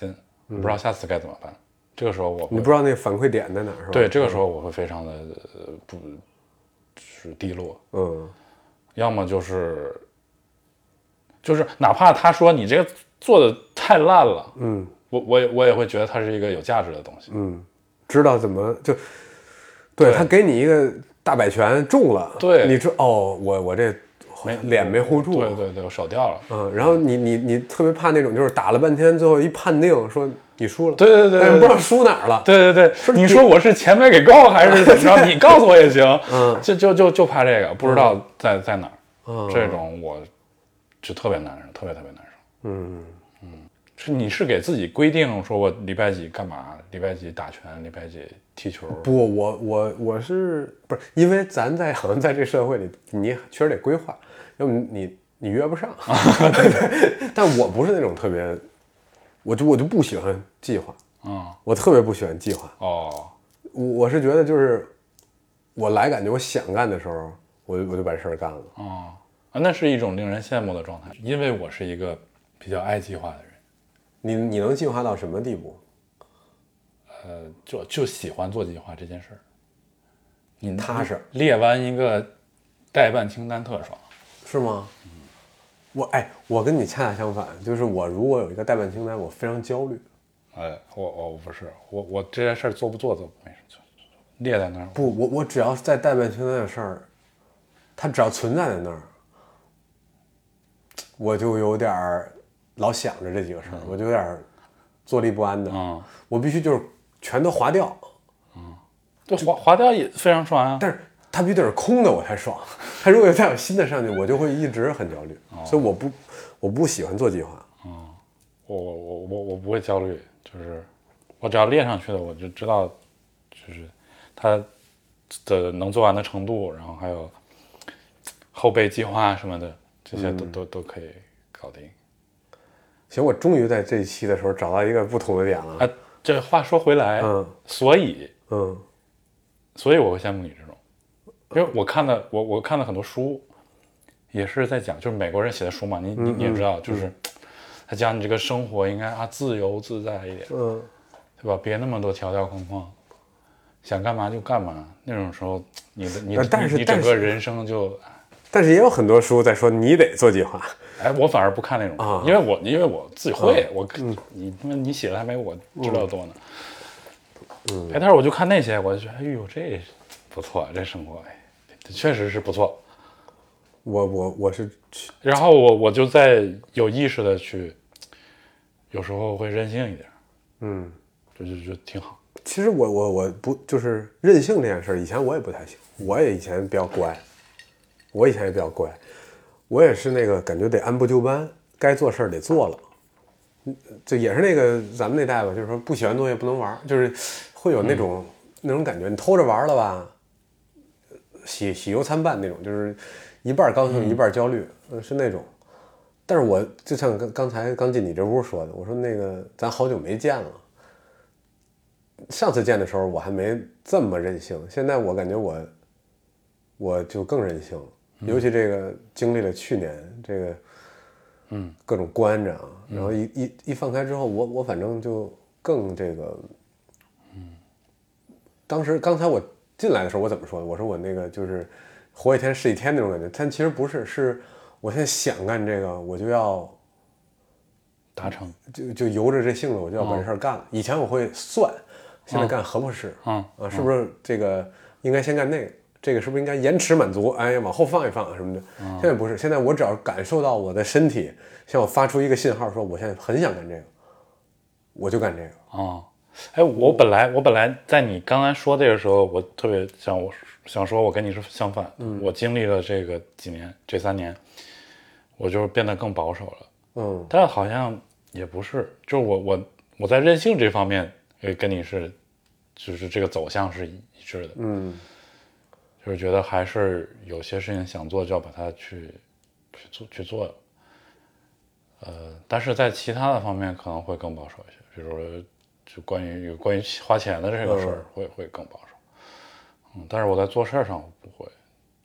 我不知道下次该怎么办。这个时候我你不知道那个反馈点在哪是吧？ 对，这个时候我会非常的、呃、不是低落， 嗯， 要么就是就是哪怕他说你这个做的太烂了， 嗯， 我我也我也会觉得它是一个有价值的东西， 嗯，知道怎么就对, 对他给你一个大摆拳中了， 对， 你说哦，我我这没脸没护住， 对对对，我手掉了， 嗯，然后你你你特别怕那种就是打了半天，最后一判定说你输了， 对对对， 但是不知道输哪儿了， 对对对，你说我是钱没给够还是怎么着？你告诉我也行， 嗯， 就就就就怕这个，不知道在在哪儿， 嗯， 这种我就特别难受，特别特别难受， 嗯嗯，是你是给自己规定说我礼拜几干嘛，礼拜几打拳，礼拜几踢球？ 不，我我我是不是因为咱在好像在这社会里，你确实得规划，要不你你约不上，但我不是那种特别。我就我就不喜欢计划， 嗯， 我特别不喜欢计划。 哦， 我我是觉得就是我来感觉我想干的时候，我就我就把事儿干了。 哦，啊，那是一种令人羡慕的状态，因为我是一个比较爱计划的人。 你你能计划到什么地步？ 呃，就就喜欢做计划这件事儿。你踏实， 列完一个待办清单特爽， 是吗？嗯。我哎，我跟你恰恰相反，就是我如果有一个待办清单，我非常焦虑。 哎，我我不是，我我这件事儿做不做都没事，列在那儿。 不，我我只要在待办清单的事儿，它只要存在在那儿，我就有点儿老想着这几个事儿，嗯、我就有点坐立不安的。 嗯， 我必须就是全都划掉。 嗯，就划划掉也非常爽啊。 但是它必须得是空的，我才爽。它如果再有新的上去，我就会一直很焦虑。哦、所以我不我不喜欢做计划。 嗯，我我我我我不会焦虑，就是我只要列上去的，我就知道，就是它的能做完的程度，然后还有后备计划什么的，这些都、嗯、都都可以搞定。 行，我终于在这一期的时候找到一个不同的点了。 啊，这话说回来， 嗯， 所以， 嗯， 所以我会羡慕你这种，因为我看的我我看了很多书，也是在讲，就是美国人写的书嘛，你你你也知道，就是、嗯、他讲你这个生活应该啊自由自在一点， 嗯， 对吧？别那么多条条框框，想干嘛就干嘛，那种时候你的你但是你整个人生就， 但是也有很多书在说你得做计划。 哎，我反而不看那种书， 啊、 因为我因为我自己会， 啊、 我、 嗯、 你你写的还没我知道的多呢。 嗯， 哎，但是我就看那些，我就觉得，哎呦，这不错，这生活，哎，确实是不错。 我我我是， 然后我我就在有意识的去，有时候会任性一点， 嗯， 就就就挺好。 其实我我我不就是任性这件事儿，以前我也不太行，我也以前比较乖，我以前也比较乖。我也是那个感觉得按部就班，该做事儿得做了，就也是那个咱们那代吧，就是说不喜欢作业不能玩，就是会有那种、嗯、那种感觉，你偷着玩了吧，喜喜忧参半那种，就是一半高兴、嗯、一半焦虑，嗯，是那种。但是我就像刚刚才刚进你这屋说的，我说那个咱好久没见了，上次见的时候我还没这么任性，现在我感觉我我就更任性了。尤其这个经历了去年这个， 嗯， 各种关着啊，然后一一一放开之后，我我反正就更这个， 嗯， 当时刚才我进来的时候，我怎么说的？我说我那个就是活一天是一天那种感觉，但其实不是，是我现在想干这个，我就要达成， 就就由着这性子，我就要把这事儿干了。嗯、以前我会算，现在干合不合适？ 嗯啊，是不是这个应该先干那个？这个是不是应该延迟满足？哎，往后放一放什么的。 嗯、 现在不是，现在我只要感受到我的身体向我发出一个信号，说我现在很想干这个，我就干这个。 哦，哎，我本来我本来在你刚才说这个时候，我特别想我想说，我跟你是相反。 嗯， 我经历了这个几年，这三年，我就变得更保守了。 嗯， 但好像也不是，就是我我我在任性这方面，跟你是，就是这个走向是一致的。 嗯。 就是觉得还是有些事情想做就要把它去去做去做，呃，但是在其他的方面可能会更保守一些，比如说就关于关于花钱的这个事儿会、嗯、会更保守，嗯，但是我在做事儿上我不会，就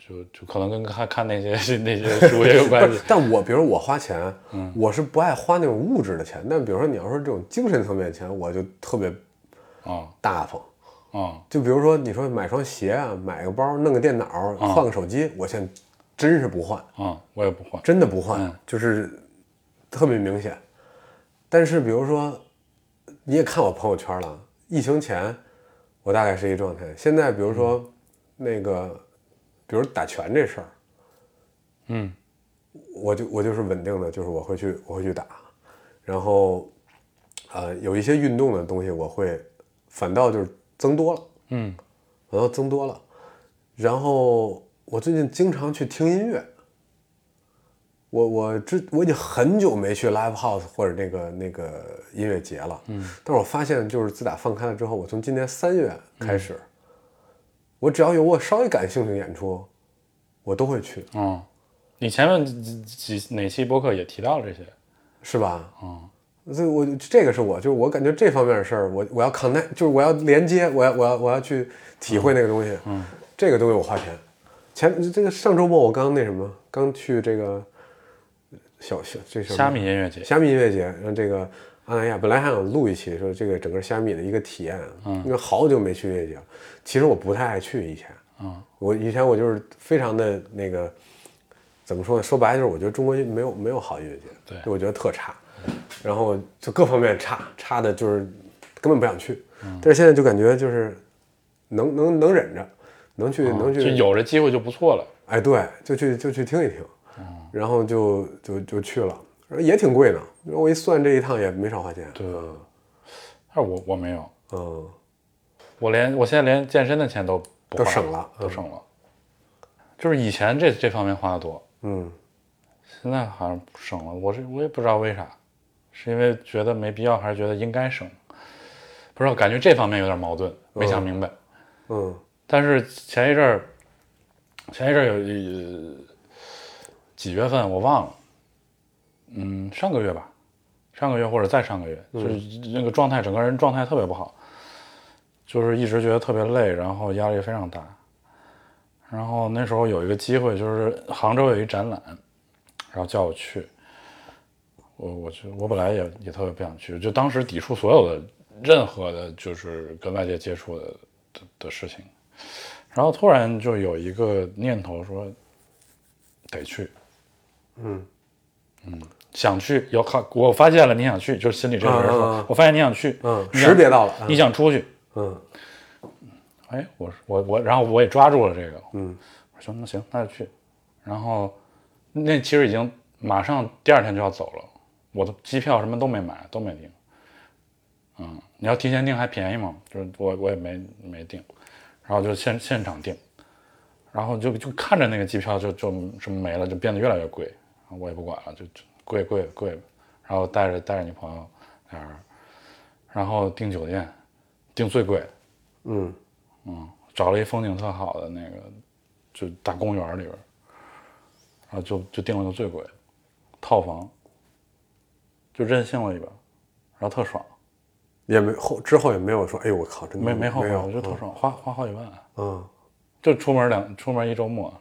就就可能跟看看那些那些书也有关系。 但我比如我花钱，嗯，我是不爱花那种物质的钱，但比如说你要说这种精神层面的钱，我就特别啊大方。 啊， 就比如说你说买双鞋啊，买个包，弄个电脑，换个手机，我现在真是不换啊，我也不换， 真的不换， 嗯、 就是特别明显。但是比如说，你也看我朋友圈了，疫情前我大概是一个状态，现在比如说、嗯、那个，比如打拳这事儿， 嗯， 我就我就是稳定的，就是我会去我会去打，然后呃有一些运动的东西我会反倒就是增多了， 嗯， 反倒增多了。然后我最近经常去听音乐，我我之我已经很久没去 live house 或者那个那个音乐节了， 嗯， 但是我发现就是自打放开了之后，我从今年三月开始，嗯、我只要有我稍微感兴趣的演出，我都会去。 嗯，你前面几几哪期播客也提到了这些， 是吧？ 嗯。 所以我这个是我就是我感觉这方面的事儿，我我要 connect， 就是我要连接，我要我要我要去体会那个东西。 嗯， 这个东西我花钱。前这个上周末我刚那什么，刚去这个小小这什么虾米音乐节， 虾米音乐节，让这个阿那亚本来还想录一期说这个整个虾米的一个体验， 嗯， 因为好久没去音乐节了。其实我不太爱去以前， 嗯， 我以前我就是非常的那个怎么说呢？说白了就是我觉得中国没有没有好音乐节， 对， 我觉得特差。然后就各方面差差的就是根本不想去， 嗯、 但是现在就感觉就是能能能忍着，能去、 哦、 能去， 就有这机会就不错了。 哎，对，就去就去听一听， 嗯、 然后就就就去了，也挺贵的。我一算这一趟也没少花钱。 对，但是我我没有， 嗯， 我连我现在连健身的钱都不花都省了， 都省了。嗯、就是以前这这方面花的多， 嗯， 现在好像省了。我这我也不知道为啥。是因为觉得没必要，还是觉得应该省？不知道，感觉这方面有点矛盾，没想明白。 嗯， 但是前一阵儿，前一阵儿有、呃、几月份我忘了，嗯，上个月吧，上个月或者再上个月， 嗯、 就是那个状态，整个人状态特别不好，就是一直觉得特别累，然后压力非常大。然后那时候有一个机会，就是杭州有一展览，然后叫我去。我我就我本来也也特别不想去，就当时抵触所有的任何的，就是跟外界接触的 的, 的事情，然后突然就有一个念头说，得去， 嗯嗯，想去，有好，我发现了你想去，就是心里这个人说， 嗯嗯、 我发现你想去， 嗯，识别到了， 你想出去， 嗯， 哎，我我我，然后我也抓住了这个， 嗯， 我说那行，那就去，然后那其实已经马上第二天就要走了。我的机票什么都没买，都没订。嗯，你要提前订还便宜嘛？就是我我也没没订，然后就现现场订，然后就就看着那个机票就就什么没了，就变得越来越贵。我也不管了，就就贵贵贵。然后带着带着女朋友俩人，然后订酒店，订最贵的。 嗯嗯，找了一风景特好的那个，就大公园里边，然后就就订了个最贵的套房。就任性了一把，然后特爽， 也没后之后也没有说，哎呦我靠，真的没没后悔， 我就特爽，嗯、花花好几万， 嗯， 就出门两出门一周末，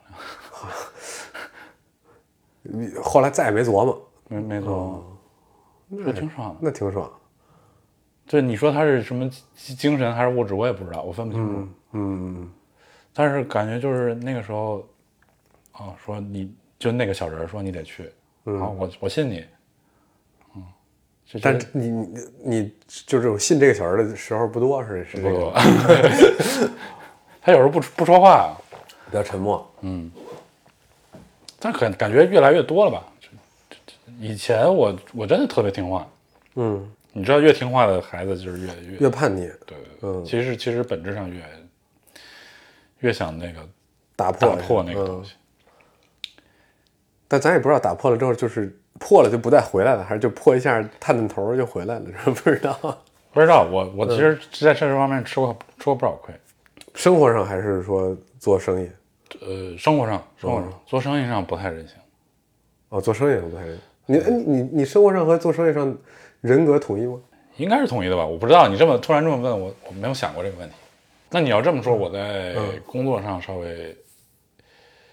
后来再也没琢磨， 没没琢磨， 嗯、 就挺爽的， 那挺爽。 对你说他是什么精神还是物质，我也不知道，我分不清楚， 嗯嗯， 但是感觉就是那个时候，哦，说你就那个小人说你得去， 嗯， 好，我我信你。 但你你你就这种信这个小人的时候不多，是是这个。 他有时候不不说话， 比较沉默。 嗯，但感感觉越来越多了吧？以前我我真的特别听话。 嗯， 你知道，越听话的孩子就是越越越叛逆。 对对对， 嗯， 其实其实本质上越越想那个打破打破那个东西。 嗯、但咱也不知道打破了之后就是破了就不再回来了，还是就破一下探探头就回来了，不知道。 不知道，我我其实在这方面吃过吃过不少亏。 生活上还是说做生意？ 呃，生活上，生活上、嗯、做生意上不太任性。 哦，做生意上不太任性。你你你生活上和做生意上人格统一吗？ 应该是统一的吧，我不知道。你这么突然这么问我，我没有想过这个问题。那你要这么说，我在工作上稍微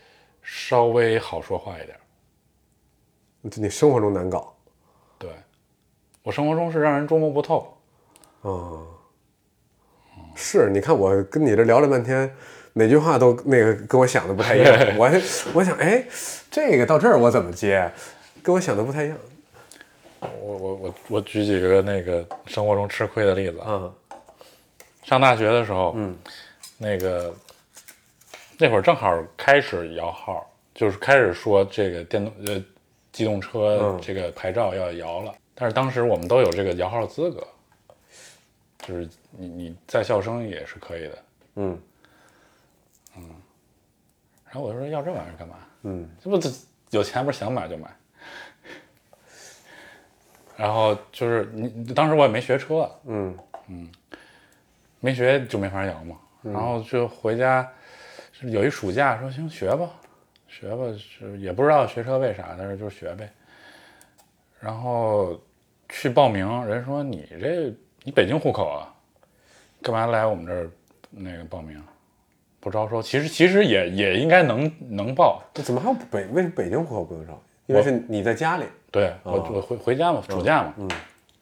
稍微好说话一点。 你生活中难搞。 对，我生活中是让人捉摸不透。 哦，是，你看我跟你这聊了半天，哪句话都那个跟我想的不太一样。我我想，哎，这个到这儿我怎么接，跟我想的不太一样。 我我我我举几个那个生活中吃亏的例子啊。 上大学的时候， 嗯， 那个那会儿正好开始摇号，就是开始说这个电动呃机动车这个牌照要摇了，嗯、但是当时我们都有这个摇号资格，就是你你在校生也是可以的。 嗯嗯，然后我就说要这玩意儿干嘛？ 嗯， 这不有钱不是想买就买。然后就是你当时我也没学车， 嗯嗯，没学就没法摇嘛，嗯、然后就回家，有一暑假说行学吧，学吧，是也不知道学车为啥，但是就学呗。然后去报名，人说你这你北京户口啊，干嘛来我们这儿那个报名？不招收，其实其实也也应该能能报。 怎么还有北为什么北京户口不能招？因为是你在家里。 对，我我回回家嘛，暑假嘛，嗯，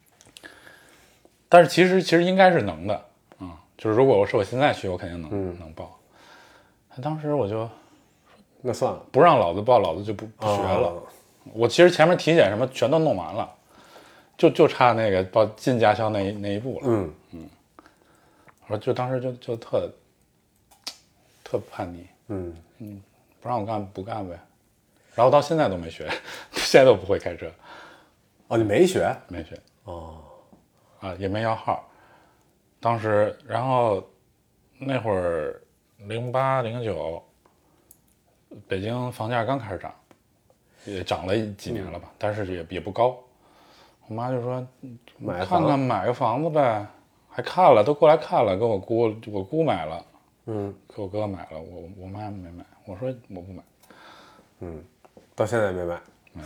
但是其实其实应该是能的，嗯，就是如果我是我现在去，我肯定能、嗯、能报。当时我就那算了， 不让老子报，老子就不不学了。哦、我其实前面体检什么全都弄完了，就就差那个报进驾校那那一步了。 嗯嗯，我说就当时就就特特叛逆， 嗯嗯，不让我干不干呗。然后到现在都没学，现在都不会开车。 哦，你没学？ 没学。 哦， 啊，也没摇号。当时，然后那会儿零八零九，北京房价刚开始涨，也涨了几年了吧，嗯、但是也也不高。我妈就说：“ 买看看买个房子呗。”还看了，都过来看了，给我姑我姑买了， 嗯， 给我哥买了，我我妈没买。我说我不买。 嗯。到现在没买， 嗯，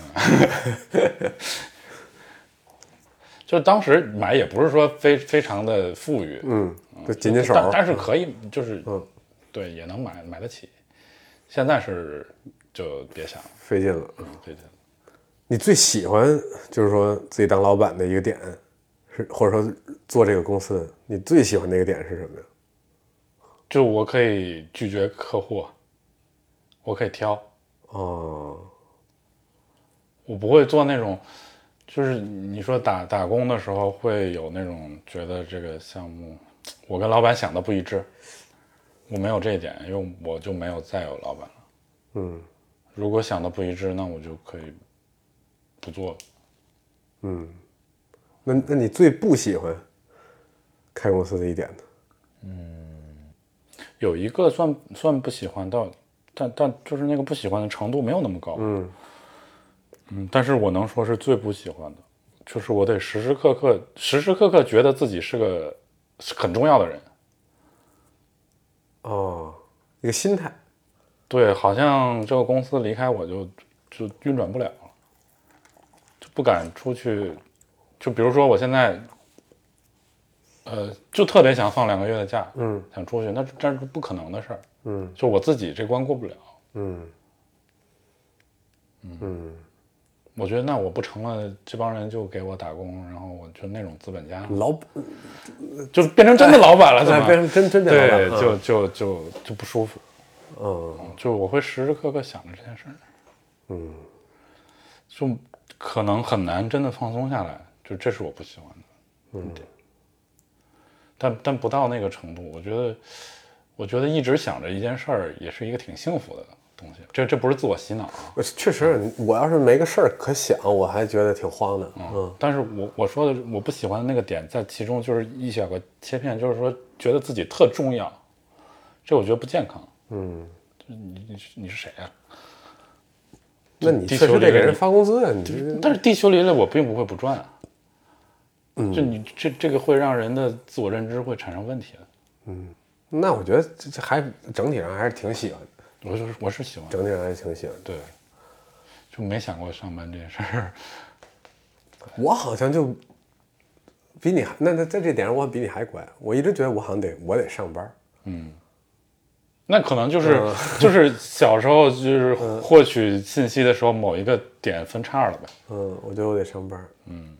就是当时买也不是说非非常的富裕， 嗯，就紧紧手， 但但是可以，就是嗯，对，也能买买得起。现在是就别想了， 费劲了， 嗯，费劲了。 你最喜欢就是说自己当老板的一个点是，或者说做这个公司，你最喜欢的一个点是什么呀？ 就我可以拒绝客户，我可以挑， 哦。 我不会做那种，就是你说打打工的时候会有那种觉得这个项目我跟老板想的不一致，我没有这一点，因为我就没有再有老板了。 嗯， 如果想的不一致，那我就可以不做了。 嗯，那那你最不喜欢开公司的一点呢？ 嗯，有一个算算不喜欢到，但但就是那个不喜欢的程度没有那么高。 嗯。 嗯，但是我能说是最不喜欢的，就是我得时时刻刻、时时刻刻觉得自己是个很重要的人。 哦，一个心态。 对，好像这个公司离开我就就运转不了了，就不敢出去。就比如说我现在，呃，就特别想放两个月的假， 嗯， 想出去，那这是不可能的事儿。 嗯， 就我自己这关过不了。 嗯嗯。嗯， 我觉得那我不成了，这帮人就给我打工，然后我就那种资本家， 老就变成真的老板了，怎么变成真真的老板？ 对，就就就就不舒服。 嗯， 就我会时时刻刻想着这件事儿。 嗯， 就可能很难真的放松下来，就这是我不喜欢的。 嗯， 但但不到那个程度，我觉得，我觉得一直想着一件事儿，也是一个挺幸福的东西。这这不是自我洗脑啊。 确实，我要是没个事儿可想，我还觉得挺慌的。 嗯，嗯但是我我说的我不喜欢的那个点，在其中就是一小个切片，就是说觉得自己特重要，这我觉得不健康。 嗯， 你你你是谁呀、啊？ 那你确实得给人发工资啊！你这但是地球里了，我并不会不赚啊。嗯，就你这这个会让人的自我认知会产生问题的。 嗯，那我觉得这这还整体上还是挺喜欢的。 我是我是喜欢， 整体上还是挺喜欢的。 对，就没想过上班这件事儿。 我好像就比你还那那在这点上，我比你还乖。我一直觉得我好像得我得上班。 嗯， 那可能就是、嗯、就是小时候就是获取信息的时候某一个点分叉了呗。 嗯，我觉得我得上班。 嗯，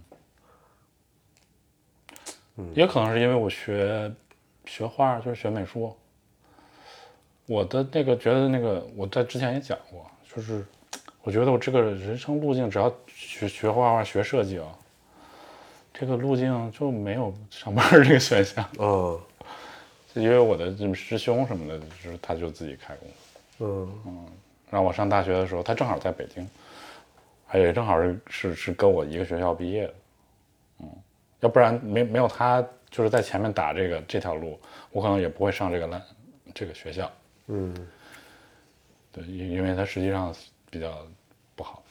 嗯也可能是因为我学学画，就是学美术。我的那个觉得那个我在之前也讲过，就是我觉得我这个人生路径，只要学学画画、学设计啊，这个路径就没有上班这个选项。 哦。 因为我的这么师兄什么的，就是他就自己开公司。 嗯嗯，让我上大学的时候，他正好在北京，还也正好是是是跟我一个学校毕业的。嗯，要不然没没有他就是在前面打这个这条路，我可能也不会上这个烂这个学校。 嗯， 对，因因为他实际上比较不好。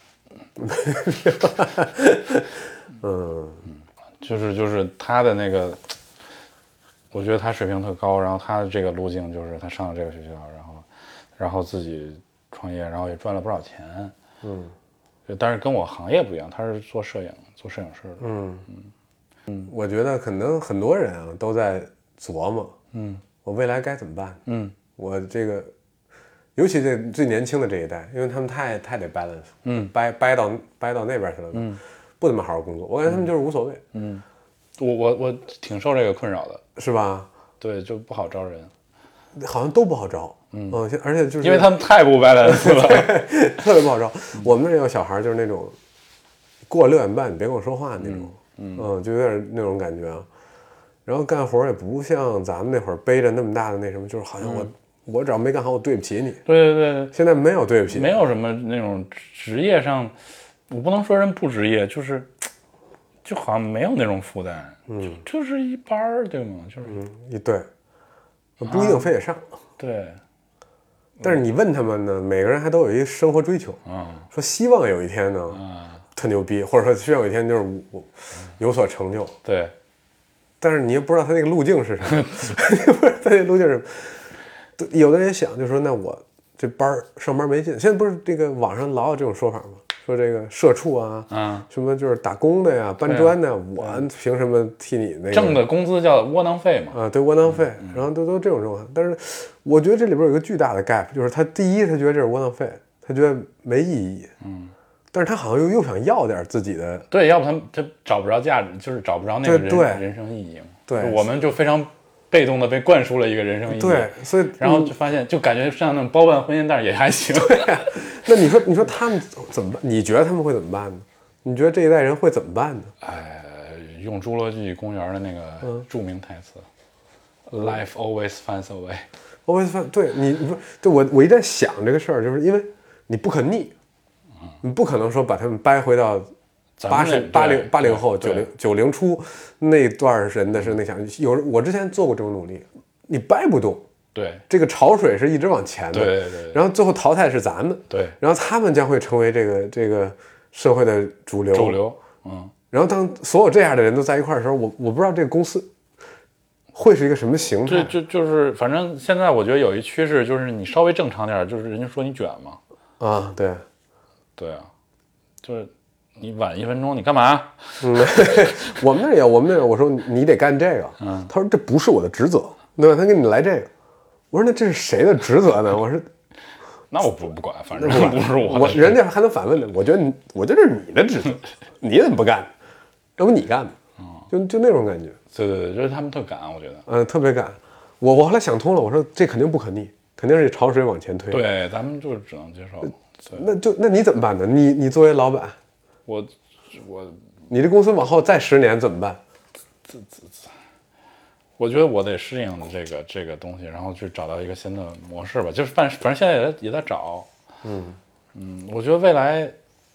嗯嗯，就是就是他的那个。我觉得他水平特高，然后他的这个路径就是他上了这个学校，然后，然后自己创业，然后也赚了不少钱。 嗯， 但是跟我行业不一样，他是做摄影，做摄影师的。 嗯嗯嗯，我觉得可能很多人啊都在琢磨， 嗯， 我未来该怎么办？ 嗯， 我这个，尤其这最年轻的这一代，因为他们太太得 balance， 嗯， 掰掰到掰到那边去了， 嗯， 不怎么好好工作，我感觉他们就是无所谓。 嗯，我我我挺受这个困扰的。 是吧？ 对，就不好招人， 好像都不好招。嗯，嗯而且就是因为他们太不 balance 了， 特别不好招。嗯、我们那有小孩，就是那种过六点半你别跟我说话那种，嗯, 嗯就有点那种感觉啊。然后干活也不像咱们那会儿背着那么大的那什么，就是好像我、嗯、我只要没干好，我对不起你。 对对对， 现在没有对不起， 没有什么那种职业上，我不能说人不职业，就是。就好像没有那种负担，嗯，就就是一班儿，对吗？就是， 嗯，一对，不一定非得上， 啊、对。 但是你问他们呢，每个人还都有一个生活追求， 嗯， 说希望有一天呢，嗯，特牛逼，或者说希望有一天就是我有所成就， 对。 但是你也不知道他那个路径是什么，你不知道他那个路径是什么。有的人想，就说那我这班上班没劲，现在不是这个网上老有这种说法吗？说这个社畜啊， 嗯， 什么就是打工的呀、搬砖的呀，我凭什么替你那个挣的工资叫窝囊费嘛？ 啊，对，窝囊费，嗯、然后都都这种状况。但是我觉得这里边有一个巨大的 gap， 就是他第一，他觉得这是窝囊费，他觉得没意义， 嗯， 但是他好像又又想要点自己的， 对，要不他他找不着价值，就是找不着那个人对人生意义嘛。 对， 我们就非常被动的被灌输了一个人生意义， 对，所以然后就发现，就感觉像那种包办婚姻，但是也还行。 对、啊，那你说，你说他们怎么办？你觉得他们会怎么办呢？你觉得这一代人会怎么办呢？ 哎，用《侏罗纪公园》的那个著名台词、嗯、，Life always finds a way。 always find， 对你，你说，对我，我一直在想这个事儿，就是因为你不可逆，嗯、你不可能说把他们掰回到。八十八零八零后九零九零初那段人的是那想有我之前做过这种努力，你掰不动， 对， 这个潮水是一直往前的， 对对对， 然后最后淘汰是咱们， 对， 然后他们将会成为这个这个社会的主流， 主流，嗯， 然后当所有这样的人都在一块儿的时候，我我不知道这个公司会是一个什么形态， 就就就是反正现在我觉得有一趋势，就是你稍微正常点，就是人家说你卷嘛， 啊，对， 对啊，就是。你晚一分钟，你干嘛？ 嗯，我们那有，我们那有。我说你得干这个，嗯，他说这不是我的职责，对吧？他给你来这个，我说那这是谁的职责呢？我说， 那我不不管，反正不是我， 我人家还能反问呢。我觉得你，我觉得这是你的职责，你怎么不干？要不你干吧？嗯，就就那种感觉。 对对对，就是他们特赶，我觉得， 嗯，特别赶。我我后来想通了，我说这肯定不可逆，肯定是潮水往前推。 对，咱们就只能接受。 那就那你怎么办呢？你你作为老板。 我我你这公司往后再十年怎么办？ 这这这，我觉得我得适应这个这个东西，然后去找到一个新的模式吧。就是反反正现在也在也在找， 嗯嗯，我觉得未来，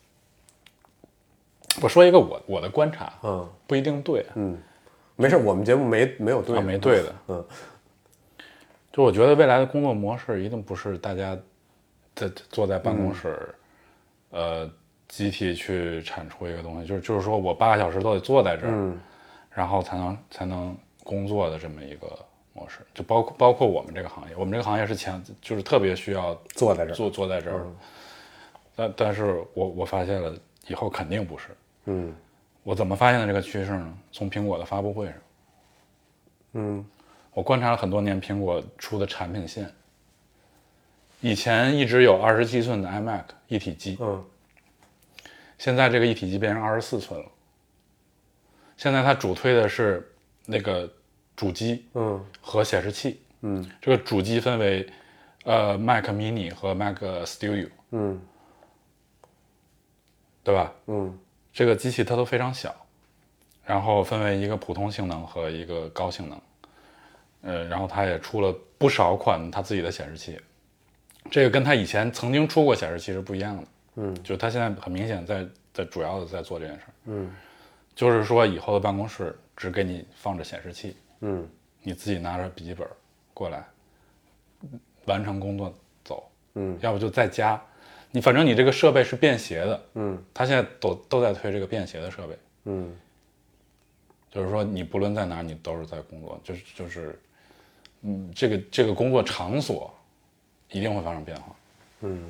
我说一个我我的观察， 嗯， 不一定对， 嗯，没事，我们节目没没有对的、 啊，没对的， 嗯， 就我觉得未来的工作模式一定不是大家在坐在办公室，嗯、呃。集体去产出一个东西，就是就是说我八个小时都得坐在这儿， 嗯， 然后才能才能工作的这么一个模式，就包括包括我们这个行业，我们这个行业是强，就是特别需要坐在这儿， 坐坐在这儿。嗯、但但是我我发现了以后肯定不是， 嗯， 我怎么发现的这个趋势呢？从苹果的发布会上， 嗯， 我观察了很多年苹果出的产品线， 以前一直有二十七寸的 iMac 一体机， 嗯， 现在这个一体机变成二十四寸了。现在它主推的是那个主机， 嗯， 和显示器， 嗯， 这个主机分为呃 Mac Mini 和 Mac Studio， 嗯， 对吧？ 嗯， 这个机器它都非常小，然后分为一个普通性能和一个高性能，呃，然后它也出了不少款它自己的显示器，这个跟它以前曾经出过显示器是不一样的， 嗯， 就是它现在很明显在在主要的在做这件事儿， 嗯， 就是说以后的办公室只给你放着显示器， 嗯， 你自己拿着笔记本过来完成工作走， 嗯， 要不就在家。你反正你这个设备是便携的， 嗯， 他现在都都在推这个便携的设备， 嗯， 就是说你不论在哪儿，你都是在工作，就是就是，嗯，这个这个工作场所一定会发生变化。 嗯，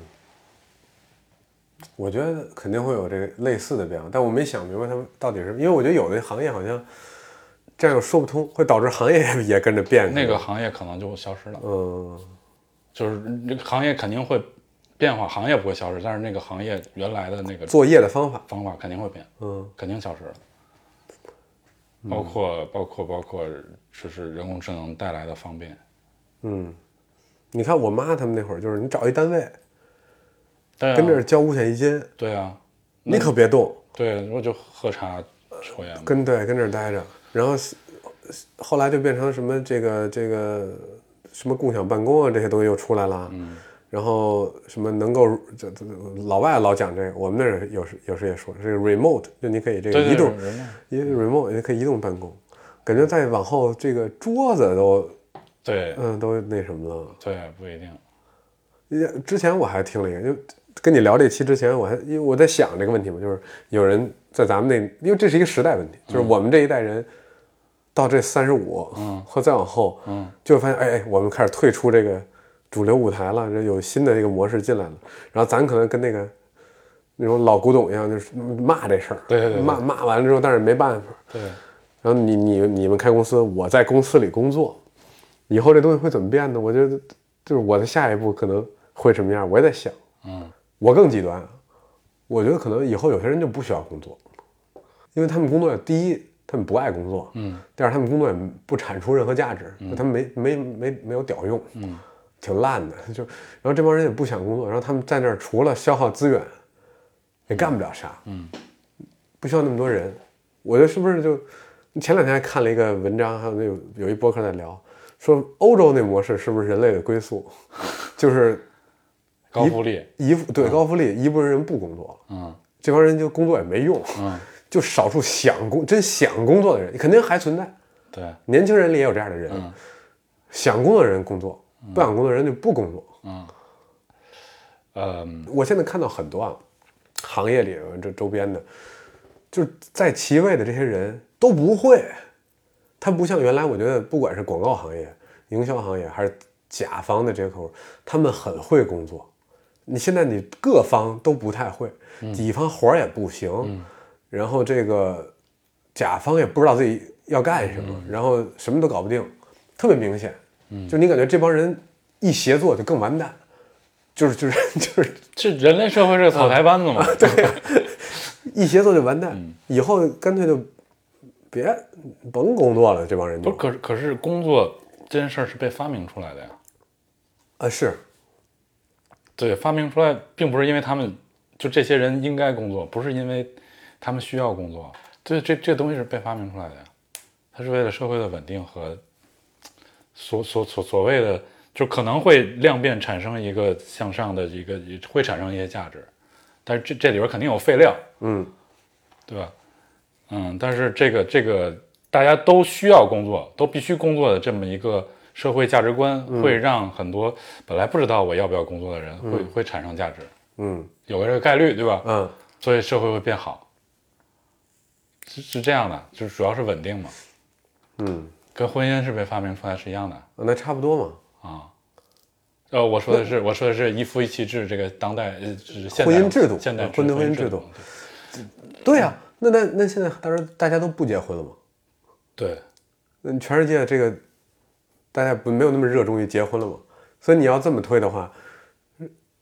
我觉得肯定会有这个类似的变化，但我没想明白他们到底是，因为我觉得有的行业好像这样又说不通，会导致行业也跟着变。 那个行业可能就消失了， 嗯， 就是这个行业肯定会变化，行业不会消失，但是那个行业原来的那个作业的方法方法肯定会变， 嗯， 肯定消失了。包括包括包括就是人工智能带来的方便。 嗯，你看我妈他们那会儿，就是你找一单位， 对啊， 跟这儿交五险一金， 对啊， 你可别动， 对，我就喝茶抽烟嘛， 跟对跟这儿待着，然后后来就变成什么这个这个什么共享办公啊，这些东西又出来了，嗯，然后什么能够这这老外老讲这个，我们那儿有时有时也说这个 remote， 就你可以这个移动， 对对 remote 也可以移动办公，感觉再往后这个桌子都对， 嗯都那什么了， 对，不一定。 之前我还听了一个，就跟你聊这期之前，我还因为我在想这个问题嘛，就是有人在咱们那，因为这是一个时代问题，就是我们这一代人到这三十五，嗯，或再往后，嗯，就会发现，哎哎，我们开始退出这个主流舞台了，这有新的这个模式进来了，然后咱可能跟那个那种老古董一样，就是骂这事儿， 对对对， 骂骂完了之后，但是没办法， 对， 然后你你你们开公司，我在公司里工作，以后这东西会怎么变呢？我觉得就是我的下一步可能会什么样，我也在想。 嗯， 我更极端，我觉得可能以后有些人就不需要工作，因为他们工作第一，他们不爱工作，嗯，第二，他们工作也不产出任何价值，嗯、他们没没没没有屌用，嗯，挺烂的，就然后这帮人也不想工作，然后他们在那儿除了消耗资源，也干不了啥，嗯，不需要那么多人，我觉得是不是就前两天还看了一个文章，还有那有有一博客在聊，说欧洲那模式是不是人类的归宿，就是。 高福利， 一对、嗯、高福利，一部分人不工作了，嗯，这帮人就工作也没用，嗯，就少数想工真想工作的人，肯定还存在， 对， 年轻人里也有这样的人，嗯、想工作的人工作，不想工作的人就不工作， 嗯，呃、嗯， 我现在看到很多啊，行业里这周边的，就是在其位的这些人都不会，他不像原来，我觉得不管是广告行业、营销行业还是甲方的这个客户，他们很会工作。你现在你各方都不太会，乙方活也不行，嗯、然后这个甲方也不知道自己要干什么，嗯、然后什么都搞不定，特别明显。嗯、就你感觉这帮人一协作就更完蛋，就是就是就是这人类社会是草台班子嘛？ 啊、对、啊，一协作就完蛋，嗯、以后干脆就别甭工作了，这帮人就不可是可是工作这件事儿是被发明出来的呀。 啊，是。 对，发明出来并不是因为他们就这些人应该工作，不是因为他们需要工作。对，这这东西是被发明出来的呀，它是为了社会的稳定和所所所所谓的，就可能会量变产生一个向上的一个，会产生一些价值，但是这这里边肯定有废料， 嗯， 对吧？嗯，但是这个这个大家都需要工作，都必须工作的这么一个。社会价值观会让很多本来不知道我要不要工作的人会、嗯、会产生价值，嗯，有个这个概率，对吧？ 嗯， 所以社会会变好，是是这样的，就是主要是稳定嘛， 嗯， 跟婚姻是被发明出来是一样的， 那差不多嘛， 啊，呃，我说的是我说的是一夫一妻制这个当代呃是现代婚姻制度， 现代婚姻婚姻制度，对呀、啊，那那那现在当然大家都不结婚了嘛， 对， 那全世界这个。大家不没有那么热衷于结婚了嘛，所以你要这么推的话，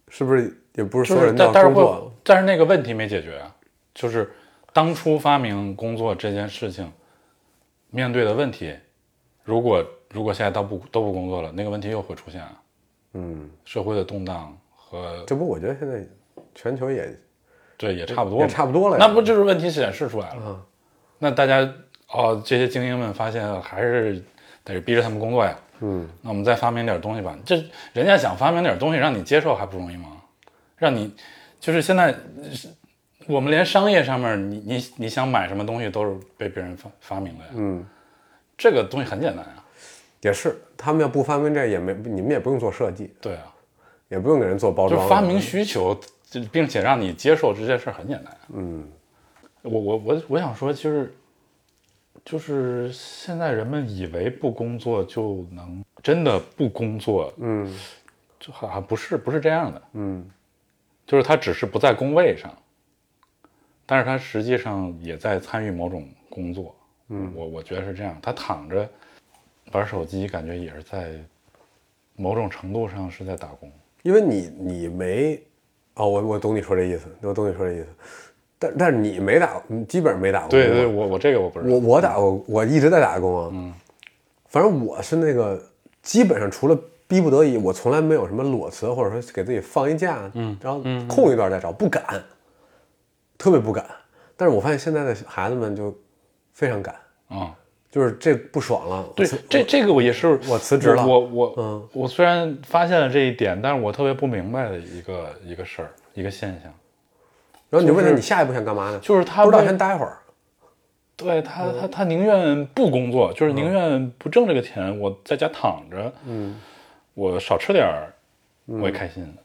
是不是也不是所就有人都要是但但是工作？ 会，但是那个问题没解决啊，就是当初发明工作这件事情面对的问题，如果如果现在都不都不工作了，那个问题又会出现啊。 嗯， 社会的动荡和这不，我觉得现在全球也对也差不多， 也差不多了呀。 那不就是问题显示出来了？ 嗯， 那大家哦，这些精英们发现还是得逼着他们工作呀。 嗯， 那我们再发明点东西吧。这人家想发明点东西让你接受还不容易吗？让你就是现在我们连商业上面你你你想买什么东西都是被别人发发明的呀。 嗯， 这个东西很简单呀。 也是，他们要不发明这也没，你们也不用做设计， 对啊， 也不用给人做包装， 就发明需求，并且让你接受这件事很简单呀。 嗯， 我我我我想说，就是就是现在人们以为不工作就能真的不工作， 嗯， 就好像不是不是这样的， 嗯， 就是他只是不在工位上，但是他实际上也在参与某种工作，嗯，我我觉得是这样，他躺着玩手机，感觉也是在某种程度上是在打工， 因为你你没，哦，我我懂你说这意思，我懂你说这意思，但但是你没打，你基本上没打过工。 对对，我我这个我不知道， 我我打过，我一直在打工啊。嗯，反正我是那个，基本上除了逼不得已，我从来没有什么裸辞，或者说给自己放一假，嗯，然后空一段再找，不敢，特别不敢。但是我发现现在的孩子们就非常敢， 啊、 就是这不爽了。 对，这这个我也是， 我辞职了。 我我嗯， 我虽然发现了这一点，但是我特别不明白的一个一个事儿，一个现象。 然后你就问他， 就是你下一步想干嘛呢？ 就是他不知道， 为先待会儿。 对他，他他宁愿不工作，就是宁愿不挣这个钱，我在家躺着， 嗯， 我少吃点儿，我也开心。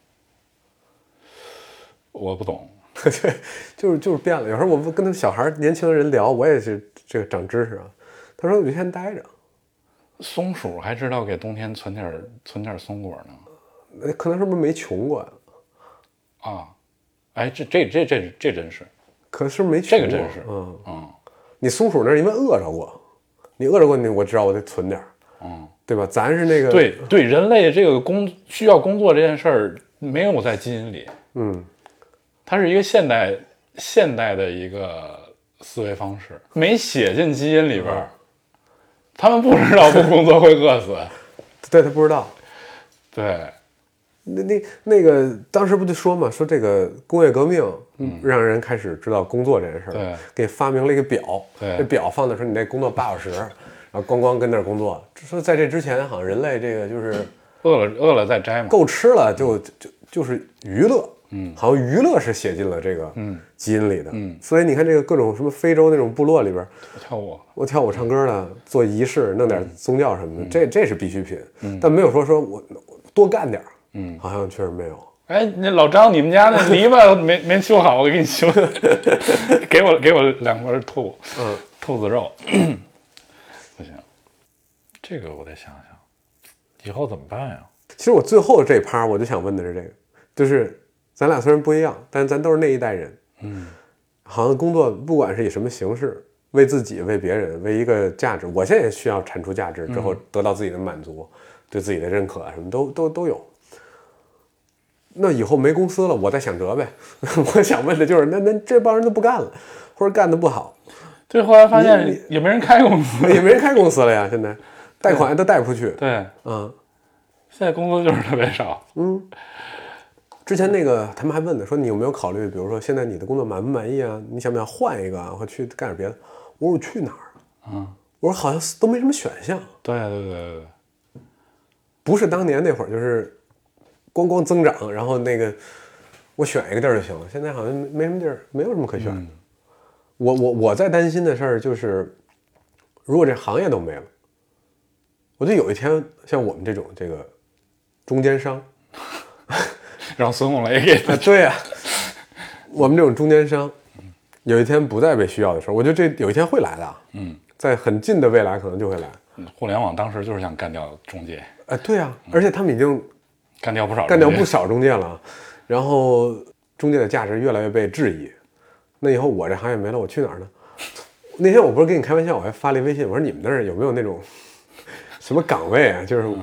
我不懂， 对，就是就是变了。有时候我们跟他小孩、年轻的人聊，我也是这个长知识啊。他说：“你就先待着。” 松鼠还知道给冬天存点存点松果呢。 那可能是不是没穷过呀？ 啊，哎，这这这这这真是， 可是没穷过。 这个真是， 嗯嗯， 你松鼠那是因为饿着过，你饿着过你，我知道我得存点， 嗯， 对吧？咱是那个对对，人类这个工需要工作这件事儿没有在基因里， 嗯， 它是一个现代现代的一个思维方式，没写进基因里边。嗯，他们不知道不工作会饿死， 对他不知道。 对， 那那那个当时不就说嘛，说这个工业革命让人开始知道工作这件事儿， 对， 给发明了一个表， 对， 这表放的时候你得工作八小时，然后咣咣跟那儿工作。说在这之前，好像人类这个就是饿了饿了再摘嘛， 够吃了就就就是娱乐。嗯，好像娱乐是写进了这个基因里的， 嗯， 所以你看这个各种什么非洲那种部落里边， 跳舞， 我跳舞唱歌的，做仪式，弄点宗教什么的，嗯、这这是必需品，嗯，但没有说说我多干点，嗯，好像确实没有。 哎，那老张，你们家那篱笆没没修好，我给你修，给我给我两块兔，嗯，兔子肉，不行，这个我得想想，以后怎么办呀？ 其实我最后这趴我就想问的是这个，就是。咱俩虽然不一样，但咱都是那一代人。嗯，好像工作不管是以什么形式，为自己、为别人、为一个价值，我现在也需要产出价值之后得到自己的满足，嗯、对自己的认可啊，什么都都都有。那以后没公司了，我再想辙呗。我想问的就是，那那这帮人都不干了，或者干得不好， 对，后来发现也没人开公司， 也没人开公司了呀。现在贷款都贷不出去。 对， 嗯， 现在工作就是特别少。 嗯。之前那个他们还问的，说你有没有考虑，比如说现在你的工作满不满意啊？你想不想换一个啊，或去干点别的？我说我去哪儿？嗯，我说好像都没什么选项。 对对对对对， 不是当年那会儿就是咣咣增长，然后那个我选一个地儿就行了。现在好像没什么地儿，没有什么可选的。嗯、我我我在担心的事儿就是，如果这行业都没了，我觉得有一天像我们这种这个中间商。 让孙红雷给他、 啊、对啊，我们这种中间商，有一天不再被需要的时候，我觉得这有一天会来的。嗯，在很近的未来可能就会来。 互联网当时就是想干掉中介。 哎，对啊，而且他们已经干掉不少， 干掉不少中介了。然后中介的价值越来越被质疑。那以后我这行业没了，我去哪儿呢？那天我不是跟你开玩笑，我还发了一微信，我说你们那儿有没有那种什么岗位啊？就是、 嗯、可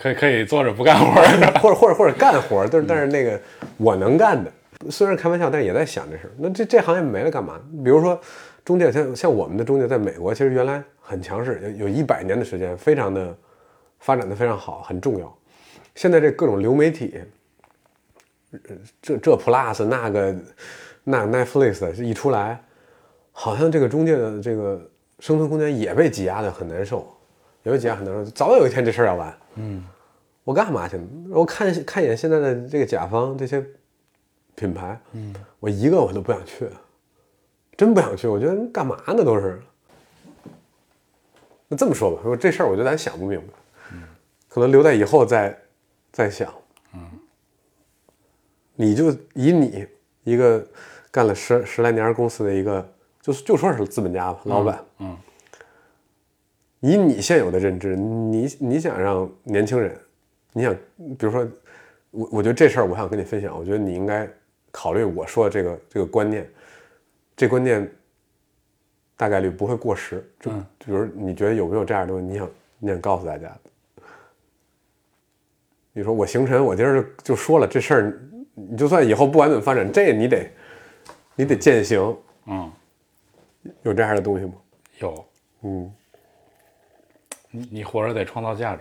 可以可以坐着不干活或者或者或者干活，但是但是那个我能干的，虽然开玩笑，但是也在想这事儿。那这这行业没了干嘛？比如说中介，像像我们的中介，在美国其实原来很强势，有有一百年的时间，非常的发展的非常好，很重要。现在这各种流媒体，这这 Plus 那个那 Netflix 一出来，好像这个中介的这个生存空间也被挤压的很难受，也被挤压很难受。早有一天这事儿要完。嗯，我干嘛去？我看看一眼现在的这个甲方这些品牌，嗯，我一个我都不想去，真不想去。我觉得干嘛呢？都是。那这么说吧，说这事儿，我觉得咱想不明白，嗯，可能留在以后再再想。嗯，你就以你一个干了十十来年公司的一个，就就说是资本家吧，老板， 嗯，嗯以你现有的认知，你你想让年轻人，你想，比如说，我我觉得这事儿我想跟你分享，我觉得你应该考虑我说的这个这个观念，这观念大概率不会过时。就嗯， 比如你觉得有没有这样的东西，你想你想告诉大家的？你说我行晨，我今儿就就说了这事儿，你就算以后不管怎么发展，这你得你得践行。 嗯， 有这样的东西吗？ 有。 嗯。 你你活着得创造价值，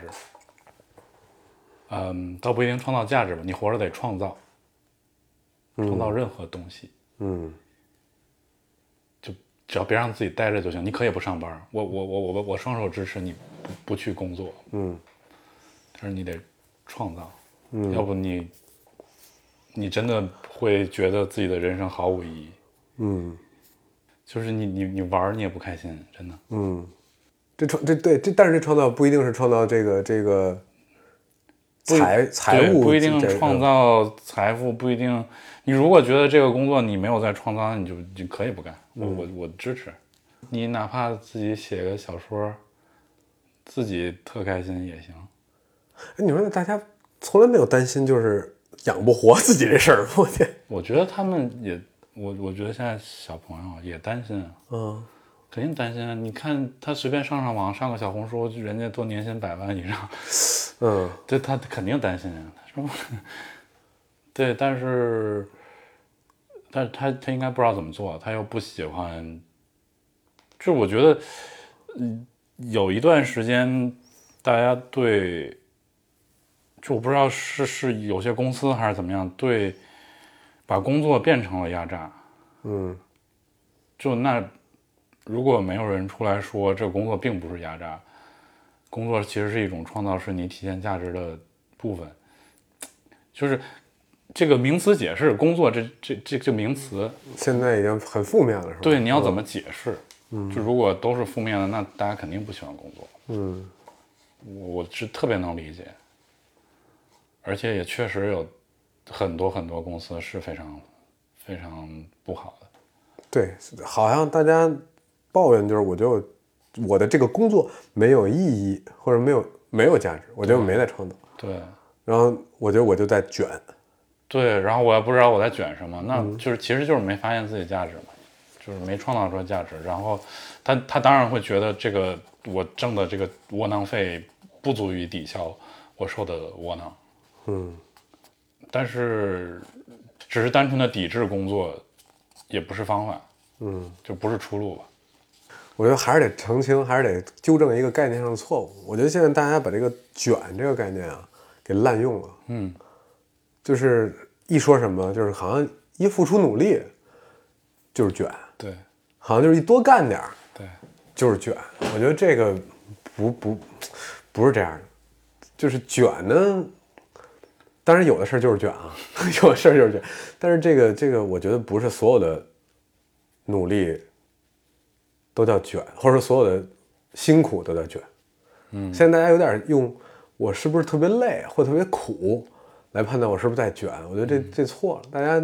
嗯，倒不一定创造价值吧，你活着得创造，创造任何东西， 嗯， 就只要别让自己待着就行。你可以不上班，我我我我我双手支持你不不去工作， 嗯， 但是你得创造，嗯，要不你你真的会觉得自己的人生毫无意义， 嗯， 就是你你你玩你也不开心，真的， 嗯。这创这对这，但是这创造不一定是创造这个这个财财务， 不一定创造财富，不一定。你如果觉得这个工作你没有在创造，你就你可以不干，我、嗯、我我支持。你哪怕自己写个小说，自己特开心也行。 哎，你说大家从来没有担心就是养不活自己这事儿，我天！ 我觉得他们也，我我觉得现在小朋友也担心啊。嗯。肯定担心啊！你看他随便上上网，上个小红书，人家都年薪百万以上， 嗯， 对他肯定担心啊。他说，对，但是，但是他他应该不知道怎么做，他又不喜欢。就我觉得，嗯，有一段时间，大家对，就我不知道是是有些公司还是怎么样，对，把工作变成了压榨。 嗯， 就那。如果没有人出来说这个工作并不是压榨，工作其实是一种创造，是你体现价值的部分，就是这个名词解释工作这这这这名词现在已经很负面了，是吧？ 对，你要怎么解释？嗯，就如果都是负面的，那大家肯定不喜欢工作。 嗯， 我是特别能理解，而且也确实有很多很多公司是非常非常不好的。 对，好像大家抱怨就是，我觉得我的这个工作没有意义，或者没有没有价值，我觉得我没在创造。 对， 然后我觉得我就在卷。 对，然后我也不知道我在卷什么，那就是其实就是没发现自己价值嘛，就是没创造出来价值。然后他他当然会觉得这个我挣的这个窝囊费不足以抵消我受的窝囊。 嗯， 但是只是单纯的抵制工作也不是方法。 嗯， 就不是出路吧。 我觉得还是得澄清，还是得纠正一个概念上的错误。我觉得现在大家把这个卷这个概念啊给滥用了。 嗯， 就是一说什么，就是好像一付出努力就是卷。 对， 好像就是一多干点儿， 对， 就是卷。我觉得这个不不不是这样的，就是卷呢。当然有的事儿就是卷啊，有的事儿就是卷。但是这个这个，我觉得不是所有的努力都叫卷，或者说所有的辛苦都叫卷。嗯，现在大家有点用我是不是特别累或特别苦来判断我是不是在卷，我觉得这这错了。大家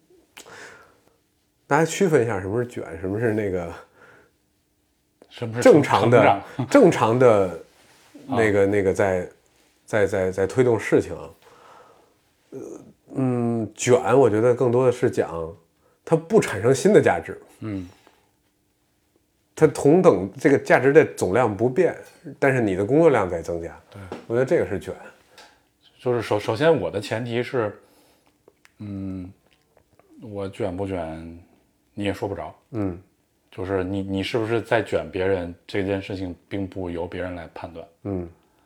大家区分一下什么是卷，什么是那个什么是正常的正常的那个那个在在在在推动事情。呃嗯，卷我觉得更多的是讲它不产生新的价值。 嗯。 它同等这个价值的总量不变，但是你的工作量在增加。 对， 我觉得这个是卷。 就是首首先我的前提是，嗯，我卷不卷，你也说不着， 嗯， 就是你你是不是在卷别人这件事情，并不由别人来判断， 嗯，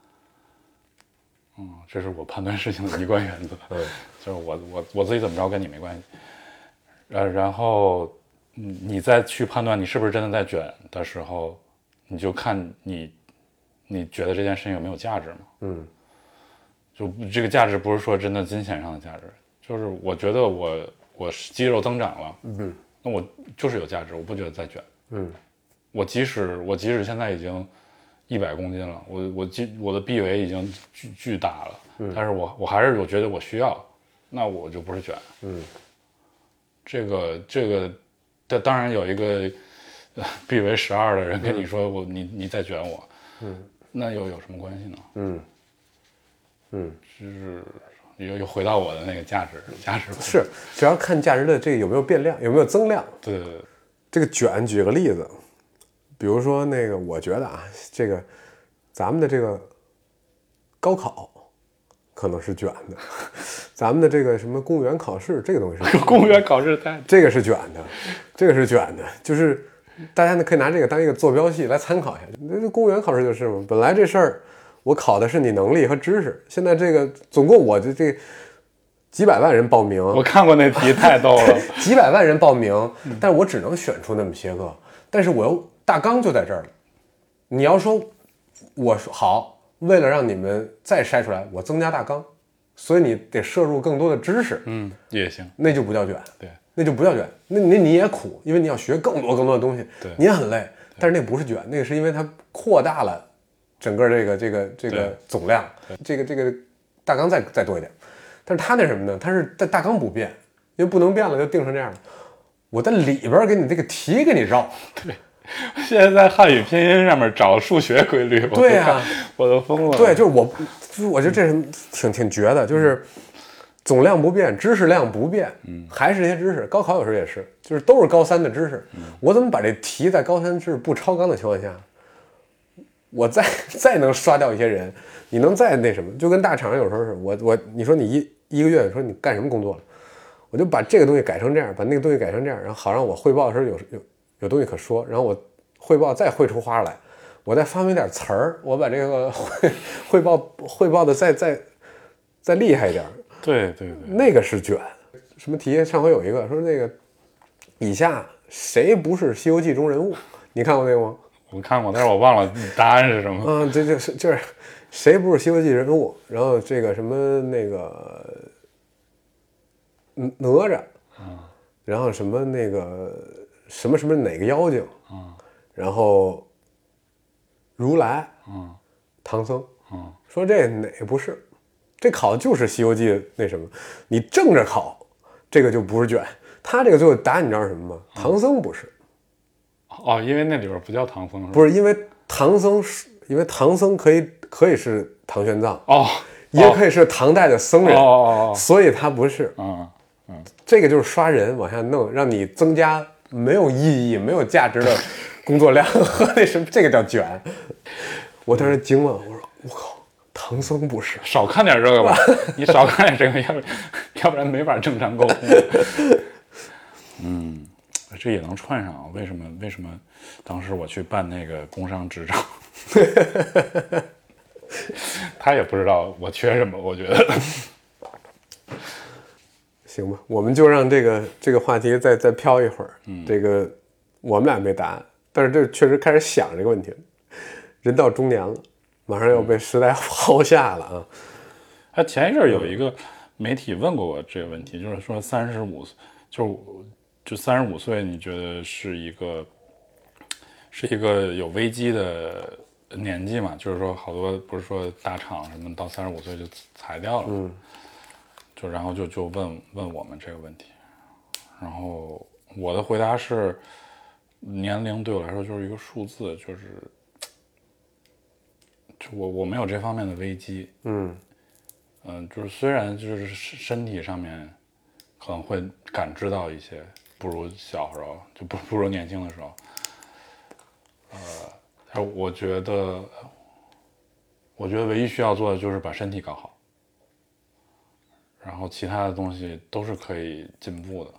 嗯，这是我判断事情的一贯原则， 嗯， 就是我我我自己怎么着跟你没关系，然然后嗯你再去判断你是不是真的在卷的时候，你就看你你觉得这件事情有没有价值嘛， 嗯。 就这个价值不是说真的金钱上的价值，就是我觉得我我肌肉增长了， 嗯， 那我就是有价值，我不觉得再卷， 嗯， 我即使我即使现在已经一百公斤了，我我肌我的臂围已经巨巨大了，嗯，但是我我还是我觉得我需要，那我就不是卷， 嗯， 这个这个，这当然有一个臂围十二的人跟你说我、嗯、你你在卷我， 嗯， 那又有什么关系呢？ 嗯。嗯， 就是又又回到我的那个价值，价值是只要看价值的这个有没有变量，有没有增量。 对对对， 这个卷，举个例子，比如说那个，我觉得啊，这个咱们的这个高考可能是卷的，咱们的这个什么公务员考试，这个东西是公务员考试太这个是卷的，这个是卷的，就是大家呢可以拿这个当一个坐标系来参考一下。那公务员考试就是嘛，本来这事儿。我考的是你能力和知识，现在这个总共我的这几百万人报名， 我看过那题太逗了， 几百万人报名，但是我只能选出那么些个，但是我又大纲就在这儿了。你要说我说好，为了让你们再筛出来，我增加大纲，所以你得摄入更多的知识， 嗯，也行， 那就不叫卷， 对， 那就不叫卷，那那你也苦，因为你要学更多更多的东西， 对， 你也很累，但是那不是卷，那个是因为它扩大了。整个这个这个这个总量，这个这个大纲再再多一点，但是它那什么呢？它是在大纲不变，因为不能变了，就定成这样了。我在里边给你这个题给你绕。 对，现在在汉语拼音上面找数学规律， 对呀、啊， 我都疯了。 对，就是我，就是我觉得这是挺挺绝的，就是总量不变，知识量不变，嗯，还是这些知识。高考有时候也是，就是都是高三的知识，嗯、我怎么把这题在高三知识不超纲的情况下？我再再能刷掉一些人，你能再那什么，就跟大厂有时候是我我你说你一一个月说你干什么工作了，我就把这个东西改成这样，把那个东西改成这样，然后好让我汇报的时候有有有东西可说，然后我汇报再汇出花来，我再发明点词儿，我把这个汇汇报汇报的再再再厉害一点。 对对对， 那个是卷。什么题？上回有一个说那个以下谁不是《西游记》中人物？你看过那个吗？ 我看过，但是我忘了答案是什么。 嗯，这就是就是谁不是《西游记》人物？然后这个什么那个哪吒，嗯，然后什么那个什么什么哪个妖精，嗯，然后如来，嗯，唐僧，嗯，说这哪不是？这考的就是《西游记》那什么？你正着考，这个就不是卷。他这个最后答案你知道是什么吗？唐僧不是。 哦，因为那里边不叫唐僧，是吧？ 不是，因为唐僧是，因为唐僧可以可以是唐玄奘哦， 也可以是唐代的僧人哦哦哦， 所以他不是。 嗯嗯， 这个就是刷人往下弄，让你增加没有意义、没有价值的工作量和那什么，这个叫卷。我当时惊了，我说我靠，唐僧不是， 少看点这个吧，你少看点这个，要不要不然没法正常沟通。嗯。这也能串上，为什么？为什么当时我去办那个工商执照，他也不知道我缺什么，我觉得。 行吧，我们就让这个这个话题再再飘一会儿。嗯，这个我们俩没答案，但是这确实开始想这个问题了。人到中年了，马上要被时代抛下了啊！ 他前一阵有一个媒体问过我这个问题，就是说三十五，就是。就三十五岁，你觉得是一个是一个有危机的年纪嘛？就是说，好多不是说大厂什么到三十五岁就裁掉了，嗯，就然后就就问问我们这个问题，然后我的回答是，年龄对我来说就是一个数字，就是就我我没有这方面的危机，嗯嗯、呃，就是虽然就是身体上面可能会感知到一些。不如小时候，就不不如年轻的时候，呃，但我觉得，我觉得唯一需要做的就是把身体搞好， 然后其他的东西都是可以进步的。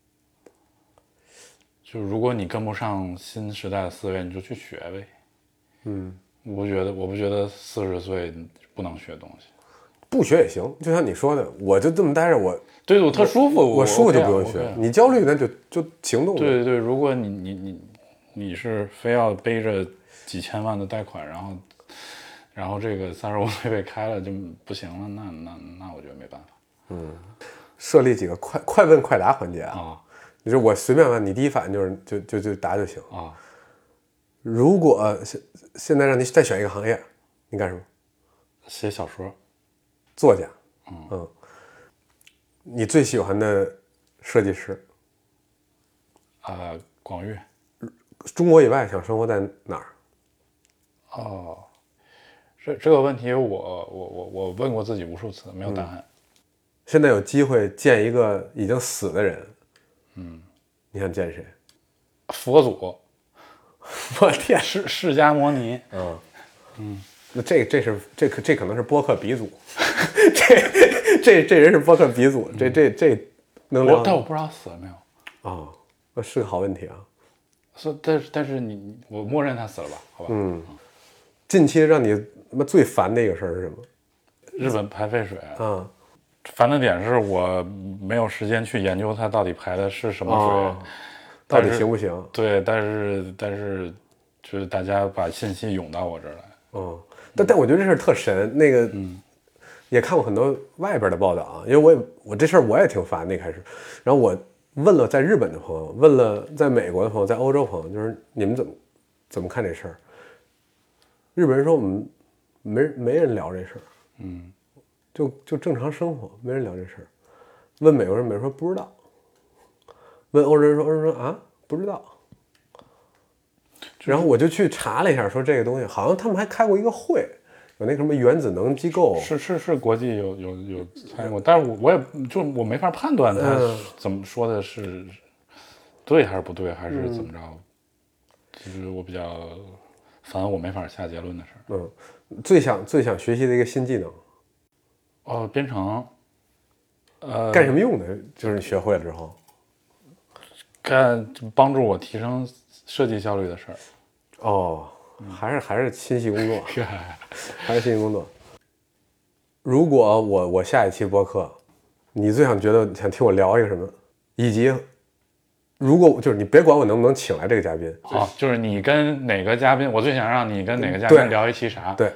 就如果你跟不上新时代的思维，你就去学呗。 嗯， 我不觉得，我不觉得四十岁不能学东西， 不学也行。就像你说的，我就这么待着，我对我特舒服， 我, 我舒服就不用 OK 学。 啊你焦虑那就就行动。 对对对，如果你你你你是非要背着几千万的贷款，然后然后这个三十五岁被开了就不行了，那那那我觉得没办法。 嗯，设立几个快快问快答环节啊。 啊你说我随便问你，第一反应就是就就就答就行啊。 如果现现在让你再选一个行业，你干什么？ 写小说， 作家。 嗯嗯。你最喜欢的设计师？ 啊、呃，广域。 中国以外想生活在哪儿？ 哦，这这个问题我我我我问过自己无数次，没有答案。嗯、 现在有机会见一个已经死的人，嗯，你想见谁？ 佛祖。 我天， 释释迦摩尼。 嗯嗯， 那这这是这可这可能是播客鼻祖，这这这人是播客鼻祖，这这这能聊？ 但我不知道死了没有。 哦，那是个好问题啊。 是，但是但是你我默认他死了吧？好吧。 嗯。近期让你他妈最烦的一个事儿是什么？ 日本排废水。 啊。 烦的点是我没有时间去研究它到底排的是什么水。哦， 到底行不行？ 对，但是但是就是大家把信息涌到我这儿来。 哦，但但我觉得这事儿特神。那个， 嗯， 也看过很多外边的报道啊，因为我也我这事儿我也挺烦的，一开始，然后我问了在日本的朋友，问了在美国的朋友，在欧洲朋友，就是你们怎么怎么看这事儿？日本人说我们没没人聊这事儿， 嗯， 就就正常生活，没人聊这事儿。问美国人，美国人说不知道。问欧洲人说，欧洲人说啊不知道。然后我就去查了一下，说这个东西好像他们还开过一个会，有那个什么原子能机构， 是是是国际有有有参与过，但是我我也就我没法判断他怎么说的是对还是不对，还是怎么着，其实我比较烦我没法下结论的事儿。 嗯，最想最想学习的一个新技能， 哦，编程，呃， 干什么用的？就是你学会了之后， 干帮助我提升设计效率的事儿。 哦，还是还是信息工作，还是信息工作。如果我我下一期播客，你最想觉得想听我聊一个什么？以及如果就是你别管我能不能请来这个嘉宾， 哦，就是你跟哪个嘉宾，我最想让你跟哪个嘉宾聊一期啥？ 对，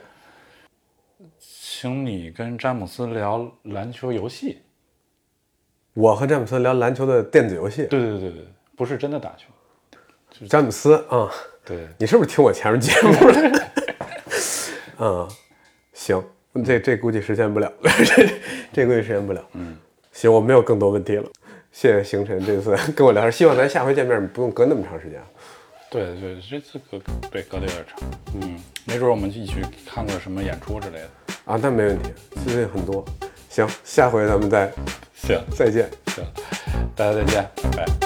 请你跟詹姆斯聊篮球游戏。 我和詹姆斯聊篮球的电子游戏。 对对对对，不是真的打球。 就是、詹姆斯啊、嗯， 对， 你是不是听我前面节目了？嗯，行，这这估计实现不了，这这估计实现不了。 嗯， 行，我没有更多问题了。谢谢星辰这次跟我聊天，希望咱下回见面不用隔那么长时间。 对对，这次隔对隔得有点长。嗯，没准我们一起看个什么演出之类的啊，那没问题，最近很多。行，下回咱们再行再见。 行，大家再见，拜拜。